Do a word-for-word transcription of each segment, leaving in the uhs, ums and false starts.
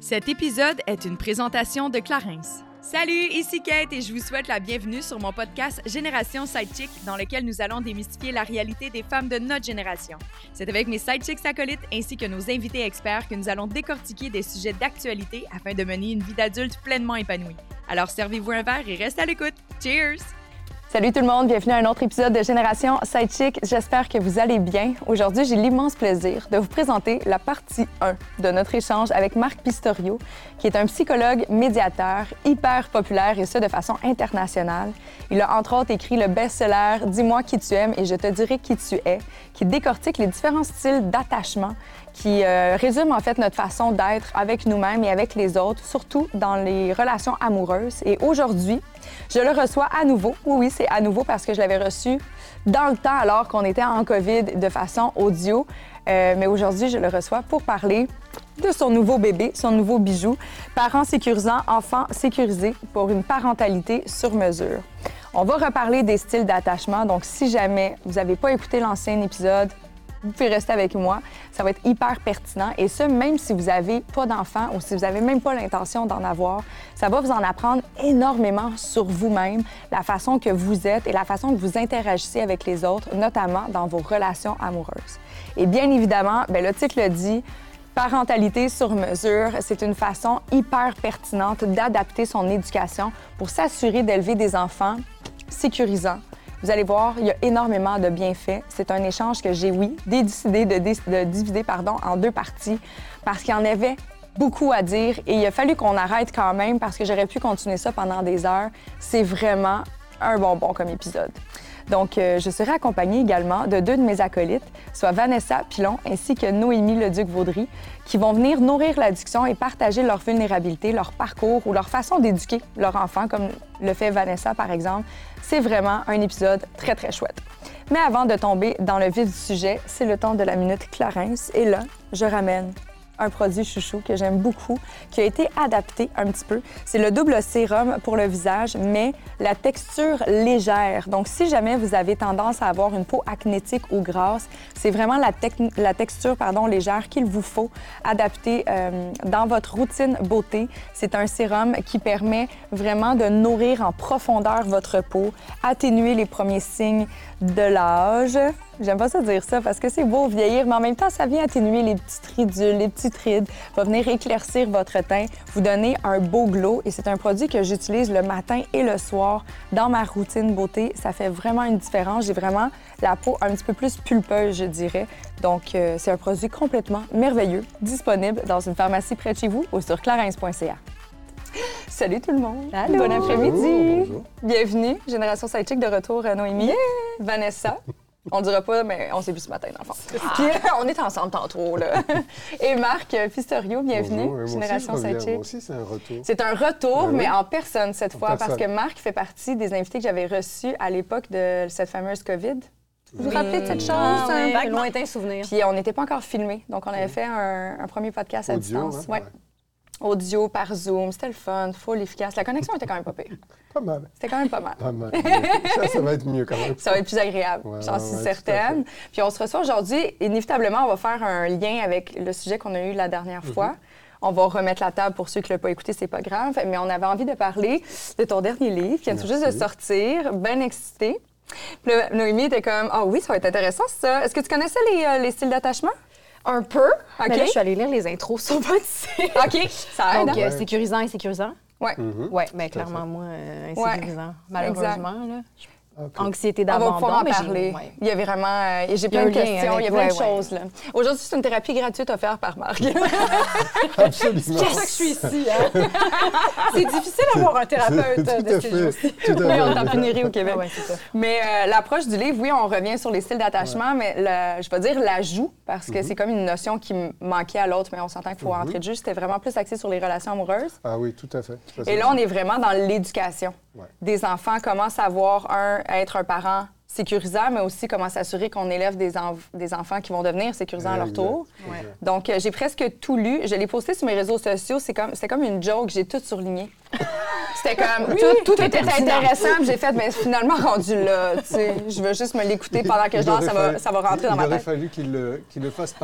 Cet épisode est une présentation de Clarins. Salut, ici Kate et je vous souhaite la bienvenue sur mon podcast Génération Sidechick dans lequel nous allons démystifier la réalité des femmes de notre génération. C'est avec mes sidechicks acolytes ainsi que nos invités experts que nous allons décortiquer des sujets d'actualité afin de mener une vie d'adulte pleinement épanouie. Alors servez-vous un verre et restez à l'écoute. Cheers! Salut tout le monde, bienvenue à un autre épisode de Génération Sidechick. J'espère que vous allez bien. Aujourd'hui, j'ai l'immense plaisir de vous présenter la partie un de notre échange avec Marc Pistorio, qui est un psychologue médiateur hyper populaire et ce, de façon internationale. Il a entre autres écrit le best-seller « Dis-moi qui tu aimes et je te dirai qui tu es », qui décortique les différents styles d'attachement, qui euh, résume en fait notre façon d'être avec nous-mêmes et avec les autres, surtout dans les relations amoureuses. Et aujourd'hui, je le reçois à nouveau. Oui, oui, c'est à nouveau parce que je l'avais reçu dans le temps alors qu'on était en COVID de façon audio. Euh, mais aujourd'hui, je le reçois pour parler de son nouveau bébé, son nouveau bijou, parents sécurisants, enfants sécurisés pour une parentalité sur mesure. On va reparler des styles d'attachement. Donc, si jamais vous n'avez pas écouté l'ancien épisode, vous pouvez rester avec moi. Ça va être hyper pertinent. Et ce, même si vous n'avez pas d'enfant ou si vous n'avez même pas l'intention d'en avoir, ça va vous en apprendre énormément sur vous-même, la façon que vous êtes et la façon que vous interagissez avec les autres, notamment dans vos relations amoureuses. Et bien évidemment, bien, le titre le dit, parentalité sur mesure, c'est une façon hyper pertinente d'adapter son éducation pour s'assurer d'élever des enfants sécurisants. Vous allez voir, il y a énormément de bienfaits. C'est un échange que j'ai, oui, décidé de, dé- de diviser pardon, en deux parties parce qu'il y en avait beaucoup à dire et il a fallu qu'on arrête quand même parce que j'aurais pu continuer ça pendant des heures. C'est vraiment un bonbon comme épisode. Donc, euh, je serai accompagnée également de deux de mes acolytes, soit Vanessa Pilon ainsi que Noémie Leduc-Vaudry, qui vont venir nourrir la discussion et partager leur vulnérabilité, leur parcours ou leur façon d'éduquer leur enfant, comme le fait Vanessa, par exemple. C'est vraiment un épisode très, très chouette. Mais avant de tomber dans le vif du sujet, c'est le temps de la Minute Clarins. Et là, je ramène un produit chouchou que j'aime beaucoup, qui a été adapté un petit peu. C'est le double sérum pour le visage, mais la texture légère. Donc, si jamais vous avez tendance à avoir une peau acnétique ou grasse, c'est vraiment la, tec- la texture pardon, légère qu'il vous faut adapter euh, dans votre routine beauté. C'est un sérum qui permet vraiment de nourrir en profondeur votre peau, atténuer les premiers signes de l'âge. J'aime pas ça dire ça parce que c'est beau vieillir, mais en même temps, ça vient atténuer les petites ridules, les petites rides, va venir éclaircir votre teint, vous donner un beau glow. Et c'est un produit que j'utilise le matin et le soir dans ma routine beauté. Ça fait vraiment une différence. J'ai vraiment la peau un petit peu plus pulpeuse, je dirais. Donc, euh, c'est un produit complètement merveilleux, disponible dans une pharmacie près de chez vous ou sur clarins point c a. Salut tout le monde! Allô. Bon après-midi! Bonjour. Bienvenue, Génération Sidechick de retour, euh, Noémie, yeah. Vanessa. On le dira pas, mais on s'est vu ce matin, dans le fond. Ah. Puis on est ensemble tantôt, là. Et Marc Pistorio, bienvenue, Bonjour. Génération Sidechick. Moi aussi, c'est un retour. C'est un retour, Ben oui. mais en personne cette En fois, personne. parce que Marc fait partie des invités que j'avais reçus à l'époque de cette fameuse COVID. Vous vous rappelez de cette chose? Ah, un oui, vaguement? lointain souvenir. Puis on n'était pas encore filmés, donc on avait fait un, un premier podcast à Audio, distance. hein? Ouais. Audio par Zoom, c'était le fun, full efficace. La connexion était quand même pas pire. Pas mal. C'était quand même pas mal. Pas mal. ça, ça va être mieux quand même. Ça va être plus agréable, Ouais, j'en ouais, suis ouais, certaine. Puis on se reçoit aujourd'hui. Inévitablement, on va faire un lien avec le sujet qu'on a eu la dernière fois. Mm-hmm. On va remettre la table pour ceux qui ne l'ont pas écouté, c'est pas grave. Mais on avait envie de parler de ton dernier livre qui vient tout juste de sortir, bien excité. Puis là, Noémie était comme « Ah oui, ça va être intéressant ça. » Est-ce que tu connaissais les, euh, les styles d'attachement? Un peu. OK. Mais là, je suis allée lire les intros sur votre site. OK, ça aide. Donc, hein? euh, sécurisant et sécurisant. Ouais. Mhm. Oui, bien Tout à clairement, fait. moi, euh, Ouais. insécurisant. Malheureusement, là. OK. Anxiété On va d'abandon. pouvoir en mais j'ai- parler. ouais. Il y avait vraiment... euh, j'ai Il y a plein un de lien questions, il y a avec- plein de ouais, ouais. choses. Là. Aujourd'hui, c'est une thérapie gratuite offerte par Marc. Absolument. C'est pour ça que je suis ici. Hein? C'est difficile d'avoir un thérapeute Tout de à ces fait. jours-ci. Tout à Oui, on fait. est en pénurie au Québec. Ah ouais, c'est ça. Mais euh, l'approche du livre, oui, on revient sur les styles d'attachement, mais le- je vais dire l'ajout, parce que c'est comme une notion qui me manquait à l'autre, mais on s'entend qu'il faut rentrer de jus. C'était vraiment plus axé sur les relations amoureuses. Ah oui, tout à fait. Tout à Et fait. là, on est vraiment dans l'éducation Ouais. des enfants, comment savoir, un, être un parent sécurisant, mais aussi comment s'assurer qu'on élève des, en- des enfants qui vont devenir sécurisants à leur Exact. tour. Ouais. Exact. Donc, euh, j'ai presque tout lu. Je l'ai posté sur mes réseaux sociaux. C'est comme, c'était comme une joke. J'ai tout surligné. C'était comme, tout, tout était intéressant. Puis j'ai fait, mais finalement, rendu là, tu sais, je veux juste me l'écouter pendant que je Il dors. aurait Ça va, fallu- ça va rentrer dans il ma aurait tête. fallu qu'il le, qu'il le fasse paraître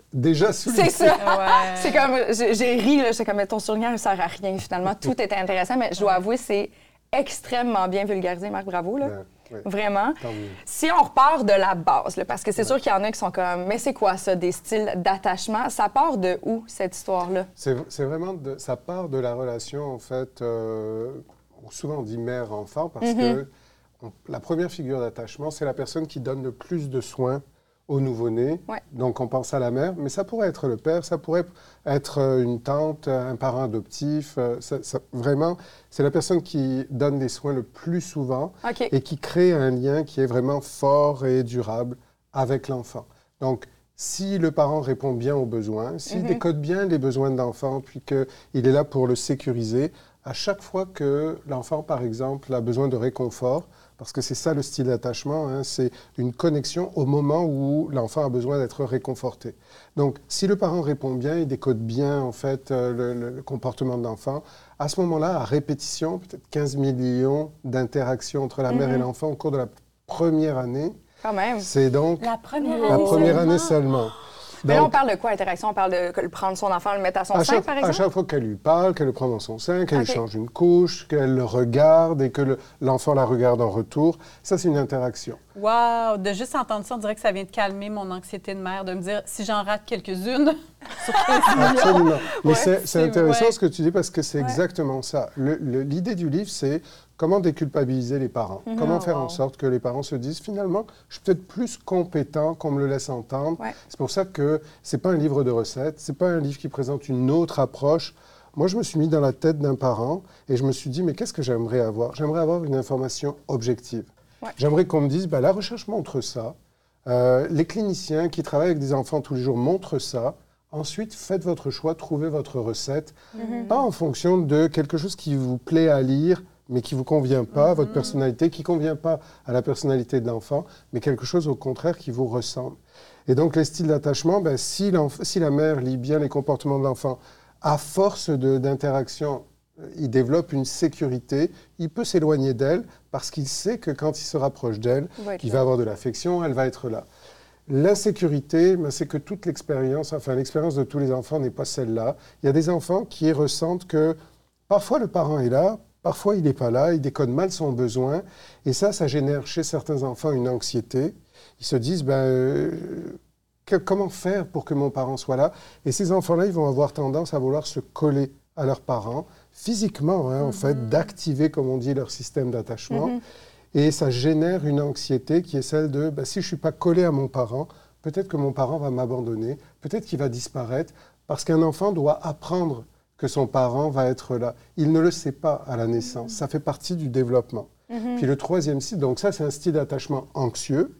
déjà souligné. C'est ça. Ouais. C'est comme, j'ai, j'ai ri, là, j'étais comme, ton surligneur ne sert à rien, finalement. Tout était intéressant, mais je dois avouer, c'est extrêmement bien vulgarisé, Marc, bravo, là. Ben, oui. Vraiment. Tant mieux. Si on repart de la base, là, parce que c'est sûr qu'il y en a qui sont comme, mais c'est quoi ça, des styles d'attachement? Ça part de où, cette histoire-là? C'est, c'est vraiment, de, ça part de la relation, en fait, euh, souvent on dit mère-enfant, parce Mm-hmm. que on- la première figure d'attachement, c'est la personne qui donne le plus de soins au nouveau-né. Ouais. Donc, on pense à la mère, mais ça pourrait être le père, ça pourrait être euh, une tante, un parent adoptif. euh, ça- ça- vraiment, c'est la personne qui donne les soins le plus souvent OK. et qui crée un lien qui est vraiment fort et durable avec l'enfant. Donc, si le parent répond bien aux besoins, s'il Mhm. décode bien les besoins de l'enfant, puis qu'il est là pour le sécuriser, à chaque fois que l'enfant, par exemple, a besoin de réconfort, parce que c'est ça le style d'attachement, hein, c'est une connexion au moment où l'enfant a besoin d'être réconforté. Donc, si le parent répond bien, il décode bien, en fait, euh, le, le- le comportement de l'enfant, à ce moment-là, à répétition, peut-être quinze millions d'interactions entre la mère et l'enfant au cours de la première année, Quand même. c'est donc La première la année première seulement. année seulement. Mais là, on Donc, parle de quoi, interaction? On parle de que- prendre son enfant, le mettre à son à sein, chaque, par à exemple? chaque fois qu'elle lui parle, qu'elle le prend dans son sein, qu'elle Ok. lui change une couche, qu'elle le regarde et que le- l'enfant la regarde en retour, ça, c'est une interaction. Wow! De juste entendre ça, on dirait que ça vient de calmer mon anxiété de mère, de me dire, si j'en rate quelques-unes, sur quinze millions. Absolument. Mais Ouais, c'est- c'est c'est intéressant vrai. ce que tu dis parce que c'est Ouais. exactement ça. Le- le- L'idée du livre, c'est comment déculpabiliser les parents. Comment Oh, faire en wow. sorte que les parents se disent, finalement, je suis peut-être plus compétent qu'on me le laisse entendre. Ouais. C'est pour ça que c'est pas un livre de recettes, c'est pas un livre qui présente une autre approche. Moi, je me suis mis dans la tête d'un parent et je me suis dit, mais qu'est-ce que j'aimerais avoir? J'aimerais avoir une information objective. Ouais. J'aimerais qu'on me dise, bah, la recherche montre ça. Euh, les cliniciens qui travaillent avec des enfants tous les jours montrent ça. Ensuite, faites votre choix, trouvez votre recette, pas en fonction de quelque chose qui vous plaît à lire, mais qui ne vous convient pas à votre personnalité, qui ne convient pas à la personnalité de l'enfant, mais quelque chose au contraire qui vous ressemble. Et donc, les styles d'attachement, ben, si, l'enf- si la mère lit bien les comportements de l'enfant, à force de- d'interaction, euh, il développe une sécurité, il peut s'éloigner d'elle parce qu'il sait que quand il se rapproche d'elle, Il va être il là. va avoir de l'affection, elle va être là. L'insécurité, ben, c'est que toute l'expérience, enfin l'expérience de tous les enfants n'est pas celle-là. Il y a des enfants qui ressentent que parfois le parent est là, parfois il n'est pas là, il décode mal son besoin, et ça, ça génère chez certains enfants une anxiété. Ils se disent, ben, euh, que- comment faire pour que mon parent soit là? Et ces enfants-là, ils vont avoir tendance à vouloir se coller à leurs parents, physiquement, hein, en fait, d'activer, comme on dit, leur système d'attachement. Mhm. Et ça génère une anxiété qui est celle de, ben, si je ne suis pas collé à mon parent, peut-être que mon parent va m'abandonner, peut-être qu'il va disparaître, parce qu'un enfant doit apprendre que son parent va être là. Il ne le sait pas à la naissance, ça fait partie du développement. Mhm. Puis le troisième style, donc ça c'est un style d'attachement anxieux.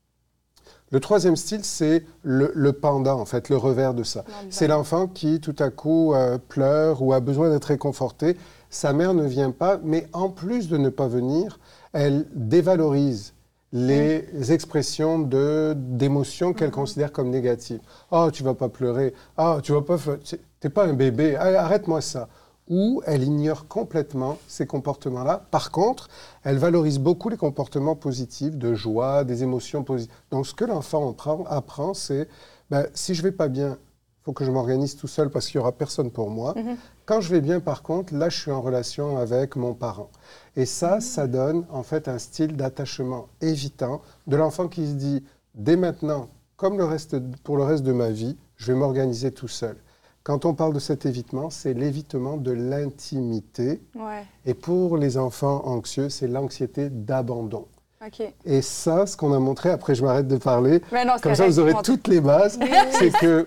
Le troisième style, c'est le, le pendant, en fait, le revers de ça. C'est l'enfant qui, tout à coup, euh, pleure ou a besoin d'être réconforté. Sa mère ne vient pas, mais en plus de ne pas venir, elle dévalorise les expressions de, d'émotions qu'elle considère comme négatives. « Oh, tu vas pas pleurer. Ah, tu vas pas... fa- tu- T'es pas un bébé. Ah, arrête-moi ça. » Ou elle ignore complètement ces comportements-là. Par contre, elle valorise beaucoup les comportements positifs, de joie, des émotions positives. Donc, ce que l'enfant apprend, apprend c'est, ben, si je vais pas bien, il faut que je m'organise tout seul parce qu'il y aura personne pour moi. Mhm. Quand je vais bien, par contre, là, je suis en relation avec mon parent. Et ça, ça donne en fait un style d'attachement évitant de l'enfant qui se dit, dès maintenant, comme le reste, pour le reste de ma vie, je vais m'organiser tout seul. Quand on parle de cet évitement, c'est l'évitement de l'intimité. Ouais, Et pour les enfants anxieux, c'est l'anxiété d'abandon. OK. Et ça, ce qu'on a montré, après je m'arrête de parler, Mais non, c'est comme ça correct. vous aurez On- toutes les bases, c'est que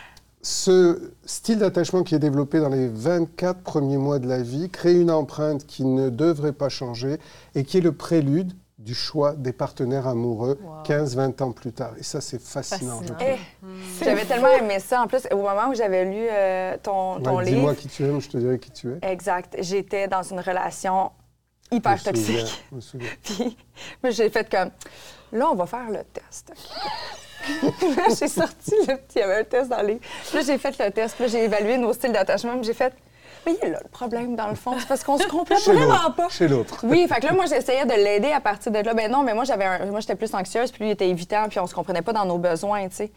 ce style d'attachement qui est développé dans les vingt-quatre premiers mois de la vie crée une empreinte qui ne devrait pas changer et qui est le prélude du choix des partenaires amoureux Wow. quinze vingt ans plus tard. Et ça, c'est fascinant, je Fascinant. trouve. Eh, j'avais tellement aimé ça. En plus, au moment où j'avais lu euh, ton, ton Ouais, livre, dis-moi qui tu aimes, je te dirai qui tu es. exact, j'étais dans une relation Je hyper me souviens, toxique. je me souviens. Puis moi, j'ai fait comme, là, on va faire le test. OK? Puis là, j'ai sorti le petit, il y avait un test dans le livre. Puis là, j'ai fait le test, puis là, j'ai évalué nos styles d'attachement, puis j'ai fait, mais il est là le problème, dans le fond, c'est parce qu'on se complète Chez vraiment l'autre. pas. Chez l'autre. Oui, fait que là, moi, j'essayais de l'aider à partir de là. Ben non, mais moi, j'avais un- moi, j'étais plus anxieuse, puis lui, il était évitant, puis on se comprenait pas dans nos besoins, tu sais.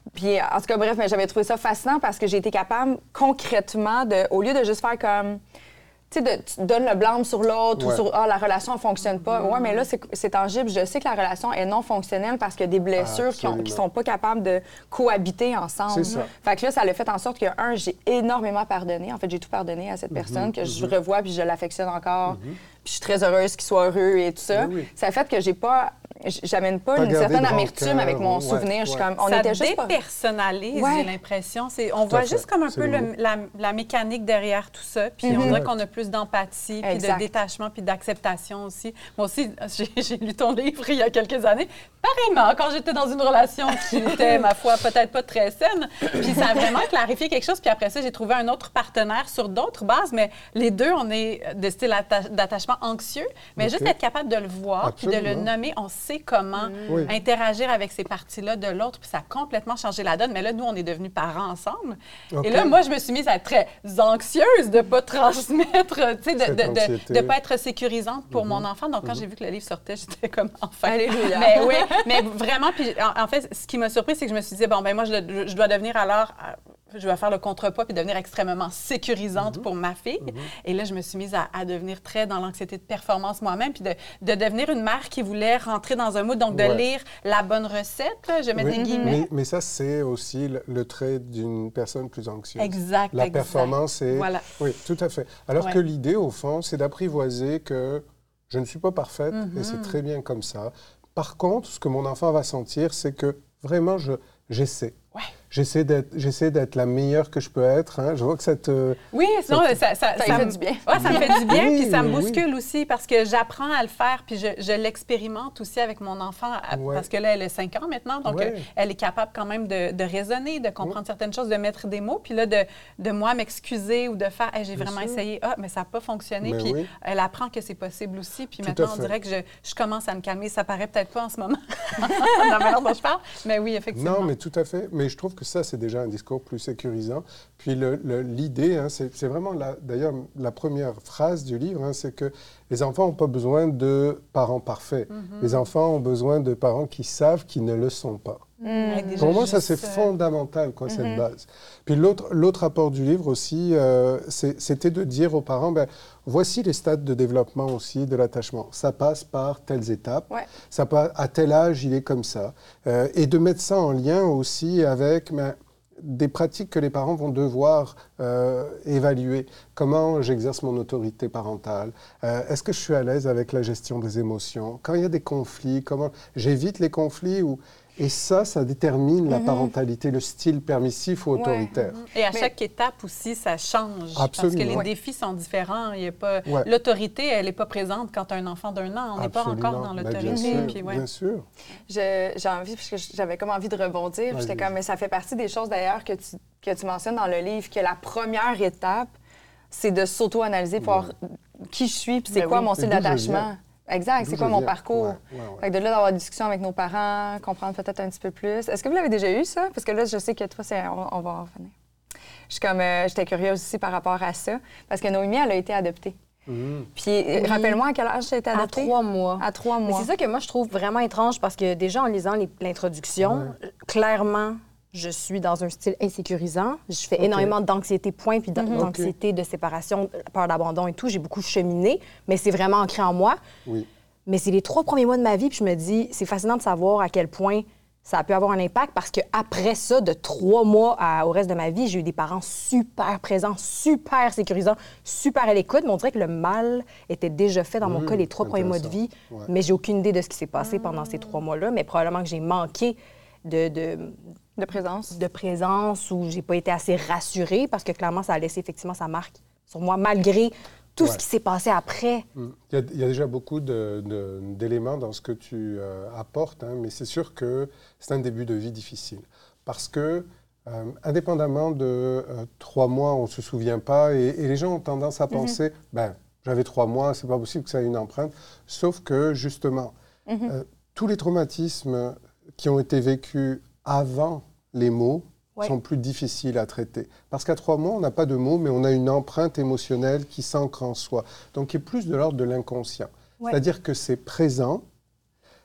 Puis, en tout cas, bref, mais j'avais trouvé ça fascinant parce que j'ai été capable, concrètement, de, au lieu de juste faire comme... Tu sais, de, tu donnes le blâme sur l'autre Ouais. ou sur « Ah, la relation ne fonctionne pas Mm. Ouais, mais là, c'est, c'est tangible. Je sais que la relation est non fonctionnelle parce qu'il y a des blessures qui ne Absolument. sont pas capables de cohabiter ensemble. C'est ça. Fait que là, ça l'a fait en sorte que, un, j'ai énormément pardonné. En fait, j'ai tout pardonné à cette personne que je revois puis je l'affectionne encore. Puis je suis très heureuse qu'il soit heureux et tout ça. Oui, oui. Ça a fait que j'ai pas... J'amène pas, Pas une garder certaine de amertume rancœur, avec mon ouais, souvenir. Je suis ouais. comme... On ça était juste pas... dépersonnalise, Ouais. j'ai l'impression. C'est, on Tout à voit fait. juste comme un C'est peu le le- mot. la, la mécanique derrière tout ça. Puis on dirait qu'on a plus d'empathie, puis Exact. de détachement, puis d'acceptation aussi. Moi aussi, j'ai, j'ai lu ton livre il y a quelques années. Pareillement, quand j'étais dans une relation qui était, ma foi, peut-être pas très saine. Puis ça a vraiment clarifié quelque chose. Puis après ça, j'ai trouvé un autre partenaire sur d'autres bases. Mais les deux, on est de style atta- d'attachement anxieux. Mais OK. juste être capable de le voir, puis de le Absolument. nommer, on sait comment Oui. interagir avec ces parties-là de l'autre, puis ça a complètement changé la donne. Mais là, nous, on est devenus parents ensemble. OK. Et là, moi, je me suis mise à être très anxieuse de ne pas transmettre, tu sais, de Cette ne de, de, anxiété. de pas être sécurisante pour mon enfant. Donc, quand j'ai vu que le livre sortait, j'étais comme, enfin. Alléluia. Mais oui, mais vraiment, puis en, en fait, ce qui m'a surpris, c'est que je me suis dit, bon, ben moi, je, je dois devenir alors... euh, je vais faire le contrepoids puis devenir extrêmement sécurisante pour ma fille. Et là, je me suis mise à, à devenir très dans l'anxiété de performance moi-même, puis de, de devenir une mère qui voulait rentrer dans un mood, donc de Ouais. lire la bonne recette, là, je mets Oui, des guillemets. Mais, mais ça, c'est aussi le, le trait d'une personne plus anxieuse. Exact, La exact. performance est... Voilà. Oui, tout à fait. Alors Ouais. que l'idée, au fond, c'est d'apprivoiser que je ne suis pas parfaite Mm-hmm. et c'est très bien comme ça. Par contre, ce que mon enfant va sentir, c'est que vraiment, je, j'essaie. Ouais. J'essaie d'être, j'essaie d'être la meilleure que je peux être. Hein. Je vois que cette... euh, Oui, sinon, ça, ça, Ça lui fait me- du bien. Ouais, ça me fait du bien, Oui, puis ça me oui, oui. bouscule aussi parce que j'apprends à le faire, puis je, je l'expérimente aussi avec mon enfant, à- Ouais. parce que là, elle a cinq ans maintenant, donc Ouais. euh, elle est capable quand même de, de raisonner, de comprendre certaines choses, de mettre des mots, puis là, de, de moi m'excuser ou de faire Hey, j'ai Bien vraiment sûr. essayé, ah, mais ça n'a pas fonctionné, Mais puis oui. elle apprend que c'est possible aussi, puis Tout maintenant, à on fait. dirait que je, je commence à me calmer. Ça paraît peut-être pas en ce moment, dans la manière dont je parle, mais oui, effectivement. Non, mais tout à fait. Mais je trouve que ça, c'est déjà un discours plus sécurisant. Puis le- le- l'idée, hein, c'est c'est vraiment, la- d'ailleurs, la première phrase du livre, hein, c'est que les enfants n'ont pas besoin de parents parfaits. Les enfants ont besoin de parents qui savent qu'ils ne le sont pas. Ouais, déjà Pour moi, ça, juste, c'est euh, fondamental, quoi, cette base. Puis l'autre l'autre apport du livre aussi, euh, c'est- c'était de dire aux parents, ben, voici les stades de développement aussi de l'attachement. Ça passe par telles étapes. Ouais. Ça passe, à tel âge, il est comme ça. Euh, et de mettre ça en lien aussi avec ben, des pratiques que les parents vont devoir euh, évaluer. Comment j'exerce mon autorité parentale? Euh, Est-ce que je suis à l'aise avec la gestion des émotions? Quand il y a des conflits, comment j'évite les conflits ou... Et ça, ça détermine la parentalité, le style permissif ou Ouais. autoritaire. Et à Mais- chaque étape aussi, ça change. Parce que Absolument. les Ouais. défis sont différents. Il y a pas... Ouais. L'autorité, elle n'est pas présente quand tu as un enfant d'un an. On n'est pas Absolument. encore dans Ben, l'autorité. bien sûr, puis ouais. bien sûr. Je- J'ai envie, parce que j'avais comme envie de rebondir. Vas-y. J'étais comme, mais ça fait partie des choses d'ailleurs que tu, que tu mentionnes dans le livre, que la première étape, c'est de s'auto-analyser pour voir qui je suis, puis c'est Ben quoi oui. mon style Et d'où je d'attachement. viens. Exact, D'où c'est je quoi mon viens. parcours. Ouais, ouais, ouais. Fait que de là, d'avoir des discussions avec nos parents, comprendre peut-être un petit peu plus. Est-ce que vous l'avez déjà eu, ça? Parce que là, je sais que toi, c'est, on, on va en revenir. Je suis comme, euh, j'étais curieuse aussi par rapport à ça, parce que Noémie, elle a été adoptée. Mhm. Puis, euh, Oui. rappelle-moi à quel âge tu as été À adoptée? trois mois. À trois Mais mois. c'est ça que moi, je trouve vraiment étrange parce que déjà, en lisant les- l'introduction, euh, clairement, je suis dans un style insécurisant. Je fais OK. énormément d'anxiété point, puis d'an- Mhm. d'anxiété de séparation, peur d'abandon et tout. J'ai beaucoup cheminé, mais c'est vraiment ancré en moi. Oui. Mais c'est les trois premiers mois de ma vie, puis je me dis, c'est fascinant de savoir à quel point ça a pu avoir un impact parce qu'après ça, de trois mois à- au reste de ma vie, j'ai eu des parents super présents, super sécurisants, super à l'écoute, mais on dirait que le mal était déjà fait dans mon Mmh, cas les trois premiers mois de vie, intéressant. Ouais. mais j'ai aucune idée de ce qui s'est passé pendant ces trois mois-là, mais probablement que j'ai manqué de, de, De présence. de présence ou j'ai pas été assez rassurée parce que clairement, ça a laissé effectivement sa marque sur moi, malgré tout ce Ouais. qui s'est passé après. Mm. Il y, a, il y a déjà beaucoup de- de- d'éléments dans ce que tu euh, apportes, hein, mais c'est sûr que c'est un début de vie difficile. Parce que, euh, indépendamment de euh, trois mois, on ne se souvient pas, et, et les gens ont tendance à penser, ben, j'avais trois mois, c'est pas possible que ça ait une empreinte. Sauf que, justement, euh, tous les traumatismes qui ont été vécus avant les mots Ouais. sont plus difficiles à traiter. Parce qu'à trois mois, on n'a pas de mots, mais on a une empreinte émotionnelle qui s'ancre en soi. Donc, qui est plus de l'ordre de l'inconscient. Ouais. C'est-à-dire que c'est présent,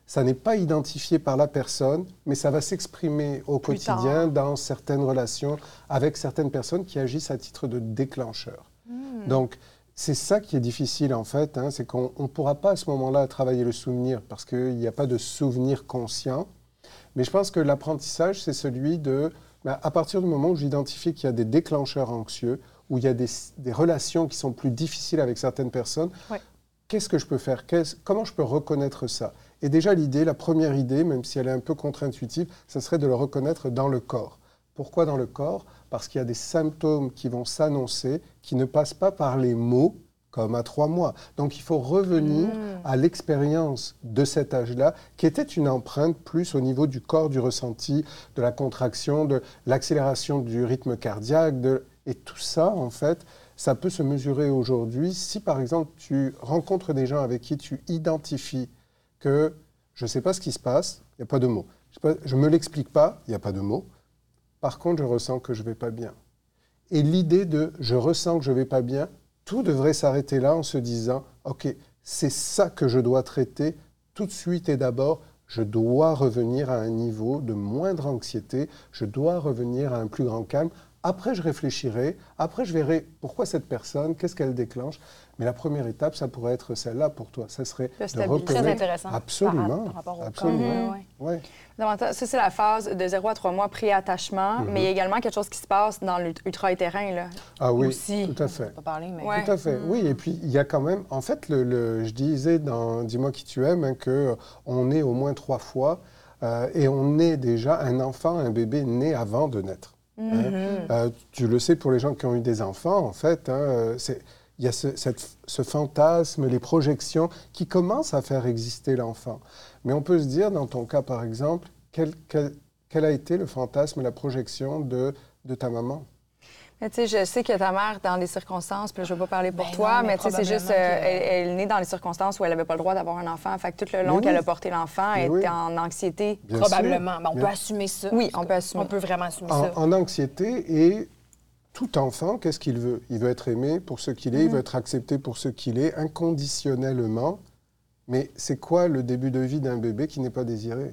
ça n'est pas identifié par la personne, mais ça va s'exprimer au Plus quotidien tard. dans certaines relations avec certaines personnes qui agissent à titre de déclencheur. Hmm. Donc, c'est ça qui est difficile, en fait, hein, c'est qu'on ne pourra pas à ce moment-là travailler le souvenir parce qu'il n'y a pas de souvenir conscient. Mais je pense que l'apprentissage, c'est celui de, ben, à partir du moment où j'identifie qu'il y a des déclencheurs anxieux, où il y a des, des relations qui sont plus difficiles avec certaines personnes, Ouais. qu'est-ce que je peux faire? Qu'est-ce- Comment je peux reconnaître ça? Et déjà, l'idée, la première idée, même si elle est un peu contre-intuitive, ce serait de le reconnaître dans le corps. Pourquoi dans le corps? Parce qu'il y a des symptômes qui vont s'annoncer, qui ne passent pas par les mots, comme à trois mois. Donc, il faut revenir Mmh. à l'expérience de cet âge-là, qui était une empreinte plus au niveau du corps, du ressenti, de la contraction, de l'accélération du rythme cardiaque. De... Et tout ça, en fait, ça peut se mesurer aujourd'hui. Si, par exemple, tu rencontres des gens avec qui tu identifies que je ne sais pas ce qui se passe, il n'y a pas de mots. Je ne me l'explique pas, il n'y a pas de mots. Par contre, je ressens que je ne vais pas bien. Et l'idée de « je ressens que je ne vais pas bien », tout devrait s'arrêter là en se disant « OK, c'est ça que je dois traiter tout de suite et d'abord, je dois revenir à un niveau de moindre anxiété, je dois revenir à un plus grand calme. Après, je réfléchirai, après, je verrai pourquoi cette personne, qu'est-ce qu'elle déclenche. Mais la première étape, ça pourrait être celle-là pour toi. Ça serait Le de stabiliser. Très reconnaître... intéressant. Absolument, Par, par rapport au absolument. corps. Ouais, ouais. Ouais. Davantage- Ça, c'est la phase de zéro à trois mois pré-attachement, mais il y a également quelque chose qui se passe dans l'ultra-utérin, là. Ah oui, Aussi. tout à fait. On peut pas parler, mais... Ouais. Tout à fait, oui. Et puis, il y a quand même... En fait, le, le- je disais dans Dis-moi qui tu aimes hein, qu'on est au moins trois fois euh, et on est déjà un enfant, un bébé né avant de naître. Hein. Euh, tu le sais, pour les gens qui ont eu des enfants, en fait, hein, euh, c'est... Il y a ce, cette- ce fantasme, les projections qui commencent à faire exister l'enfant. Mais on peut se dire, dans ton cas par exemple, quel, quel- quel a été le fantasme, la projection de, de ta maman? Mais tu sais, je sais que ta mère, dans des circonstances, puis là, je ne veux pas parler pour Ben toi, non, mais, mais tu sais, c'est juste, probablement euh, que- elle, elle est née dans les circonstances où elle n'avait pas le droit d'avoir un enfant. Fait que tout le long Mais qu'elle oui. a porté l'enfant, Mais elle oui. était en anxiété. Bien Probablement. sûr. Mais on Bien- peut assumer ça. Oui, on peut assumer. On peut vraiment assumer En, ça. en anxiété, et tout enfant, qu'est-ce qu'il veut? Il veut être aimé pour ce qu'il est, il veut être accepté pour ce qu'il est, inconditionnellement. Mais c'est quoi le début de vie d'un bébé qui n'est pas désiré?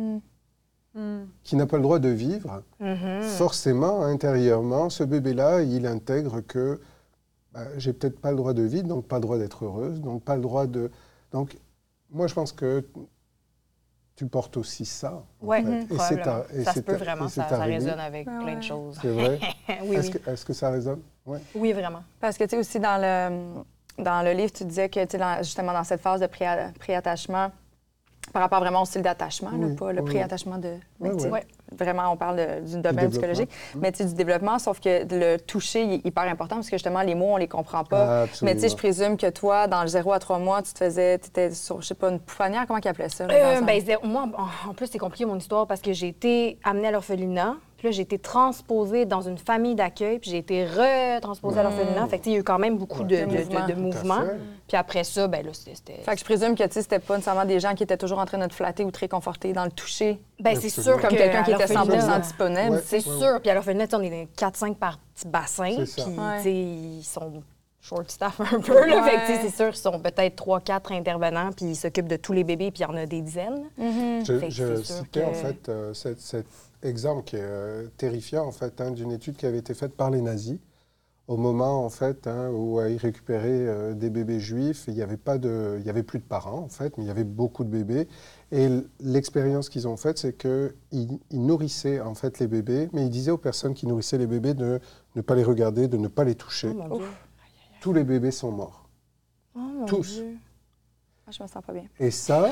Qui n'a pas le droit de vivre? Forcément, intérieurement, ce bébé-là, il intègre que bah, j'ai peut-être pas le droit de vivre, donc pas le droit d'être heureuse, donc pas le droit de... Donc, moi, je pense que tu portes aussi ça. en Oui, fait. Et c'est ta- et ça se c'est peut ta- vraiment, et c'est ça, ça arrivé. résonne avec Ah plein ouais. de choses. C'est vrai? oui, Est-ce oui. que, est-ce que ça résonne? Ouais. Oui, vraiment. Parce que, tu sais, aussi, dans le, dans le livre, tu disais que, tu sais, dans- justement, dans cette phase de pré- pré-attachement, par rapport vraiment au style d'attachement, là, Oui, pas le oui, pré-attachement de... mais Oui, tu sais, oui. Ouais. Vraiment, on parle de- du domaine développement. psychologique, mais tu sais, du développement, sauf que le toucher il est hyper important parce que, justement, les mots, on les comprend pas. Ah, Mais tu sais, je absolument. présume que toi, dans le zéro à trois mois, tu te faisais... Tu étais sur, je sais pas, une pouponnière, comment ils appelaient ça? là, Euh, dans ben, zé- moi, en- en plus, c'est compliqué mon histoire parce que j'ai été amenée à l'orphelinat. Puis là, j'ai été transposée dans une famille d'accueil. Puis j'ai été retransposée à l'orphelinat. Fait que, tu sais, il y a eu quand même beaucoup de, De de- de- mouvements. de Tout à mouvements. fait. Puis après ça, ben là, c'était... c'était- Fait que je présume que, tu sais, c'était pas nécessairement des gens qui étaient toujours en train de te flatter ou très confortés dans le toucher. Ben, c'est Absolument. sûr Comme que quelqu'un à qui était cent pour cent l'orphelinat, disponible. Ouais. tu sais. C'est sûr. Puis à l'orphelinat, tu sais, on est quatre cinq par petit bassin. C'est ça. Puis, Ouais. tu sais, ils sont short staff un peu. Là. Ouais. Fait que, tu sais, c'est sûr qu'ils sont peut-être trois quatre intervenants. Puis ils s'occupent de tous les bébés. Puis il y en a des dizaines. Je, Fait que je c'est sûr citais que- en fait euh, cet, cet exemple qui est euh, terrifiant en fait hein, d'une étude qui avait été faite par les nazis au moment en fait hein, où euh, ils récupéraient euh, des bébés juifs. Et il n'y avait pas de, il y avait plus de parents en fait, mais il y avait beaucoup de bébés. Et l- l'expérience qu'ils ont faite, c'est que ils, ils nourrissaient en fait les bébés, mais ils disaient aux personnes qui nourrissaient les bébés de ne pas les regarder, de ne pas les toucher. Oh mon Dieu. Tous les bébés sont morts, Oh, mon tous. Dieu. Ah, je me sens pas bien. Et ça,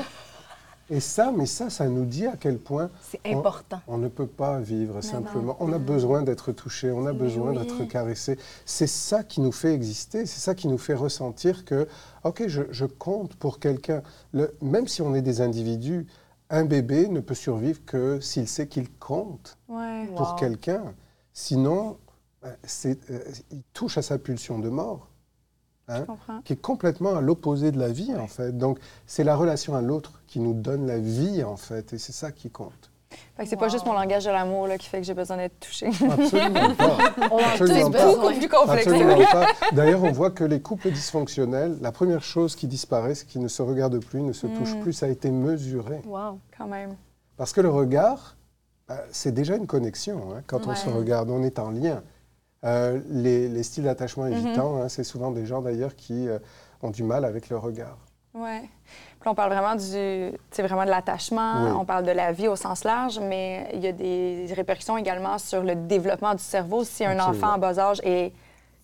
et ça, mais ça, ça nous dit à quel point C'est on- important. On ne peut pas vivre simplement. On a besoin d'être touché, on a besoin oui. d'être caressé. C'est ça qui nous fait exister, c'est ça qui nous fait ressentir que, OK, je, je compte pour quelqu'un. Le- Même si on est des individus, un bébé ne peut survivre que s'il sait qu'il compte Ouais. pour Wow. quelqu'un. Sinon, ben, c'est, euh, il touche à sa pulsion de mort. Hein, Je comprends. qui est complètement à l'opposé de la vie, en fait. Donc, c'est la relation à l'autre qui nous donne la vie, en fait, et c'est ça qui compte. Fait que c'est Wow. pas juste mon langage de l'amour là, qui fait que j'ai besoin d'être touchée. Absolument pas. On a Absolument tous pas. besoin. Beaucoup plus complexe. Absolument pas. D'ailleurs, on voit que les couples dysfonctionnels, la première chose qui disparaît, c'est qu'ils ne se regardent plus, ne se touchent plus. Ça a été mesuré. Wow. Quand même. Parce que le regard, euh, c'est déjà une connexion. Hein, quand on Ouais. se regarde, on est en lien. Euh, les, les styles d'attachement évitants, hein, c'est souvent des gens d'ailleurs qui euh, ont du mal avec le regard. Ouais. Puis on parle vraiment du, tu sais, vraiment de l'attachement, Oui. on parle de la vie au sens large, mais il y a des répercussions également sur le développement du cerveau. Si un Absolument. enfant en bas âge est,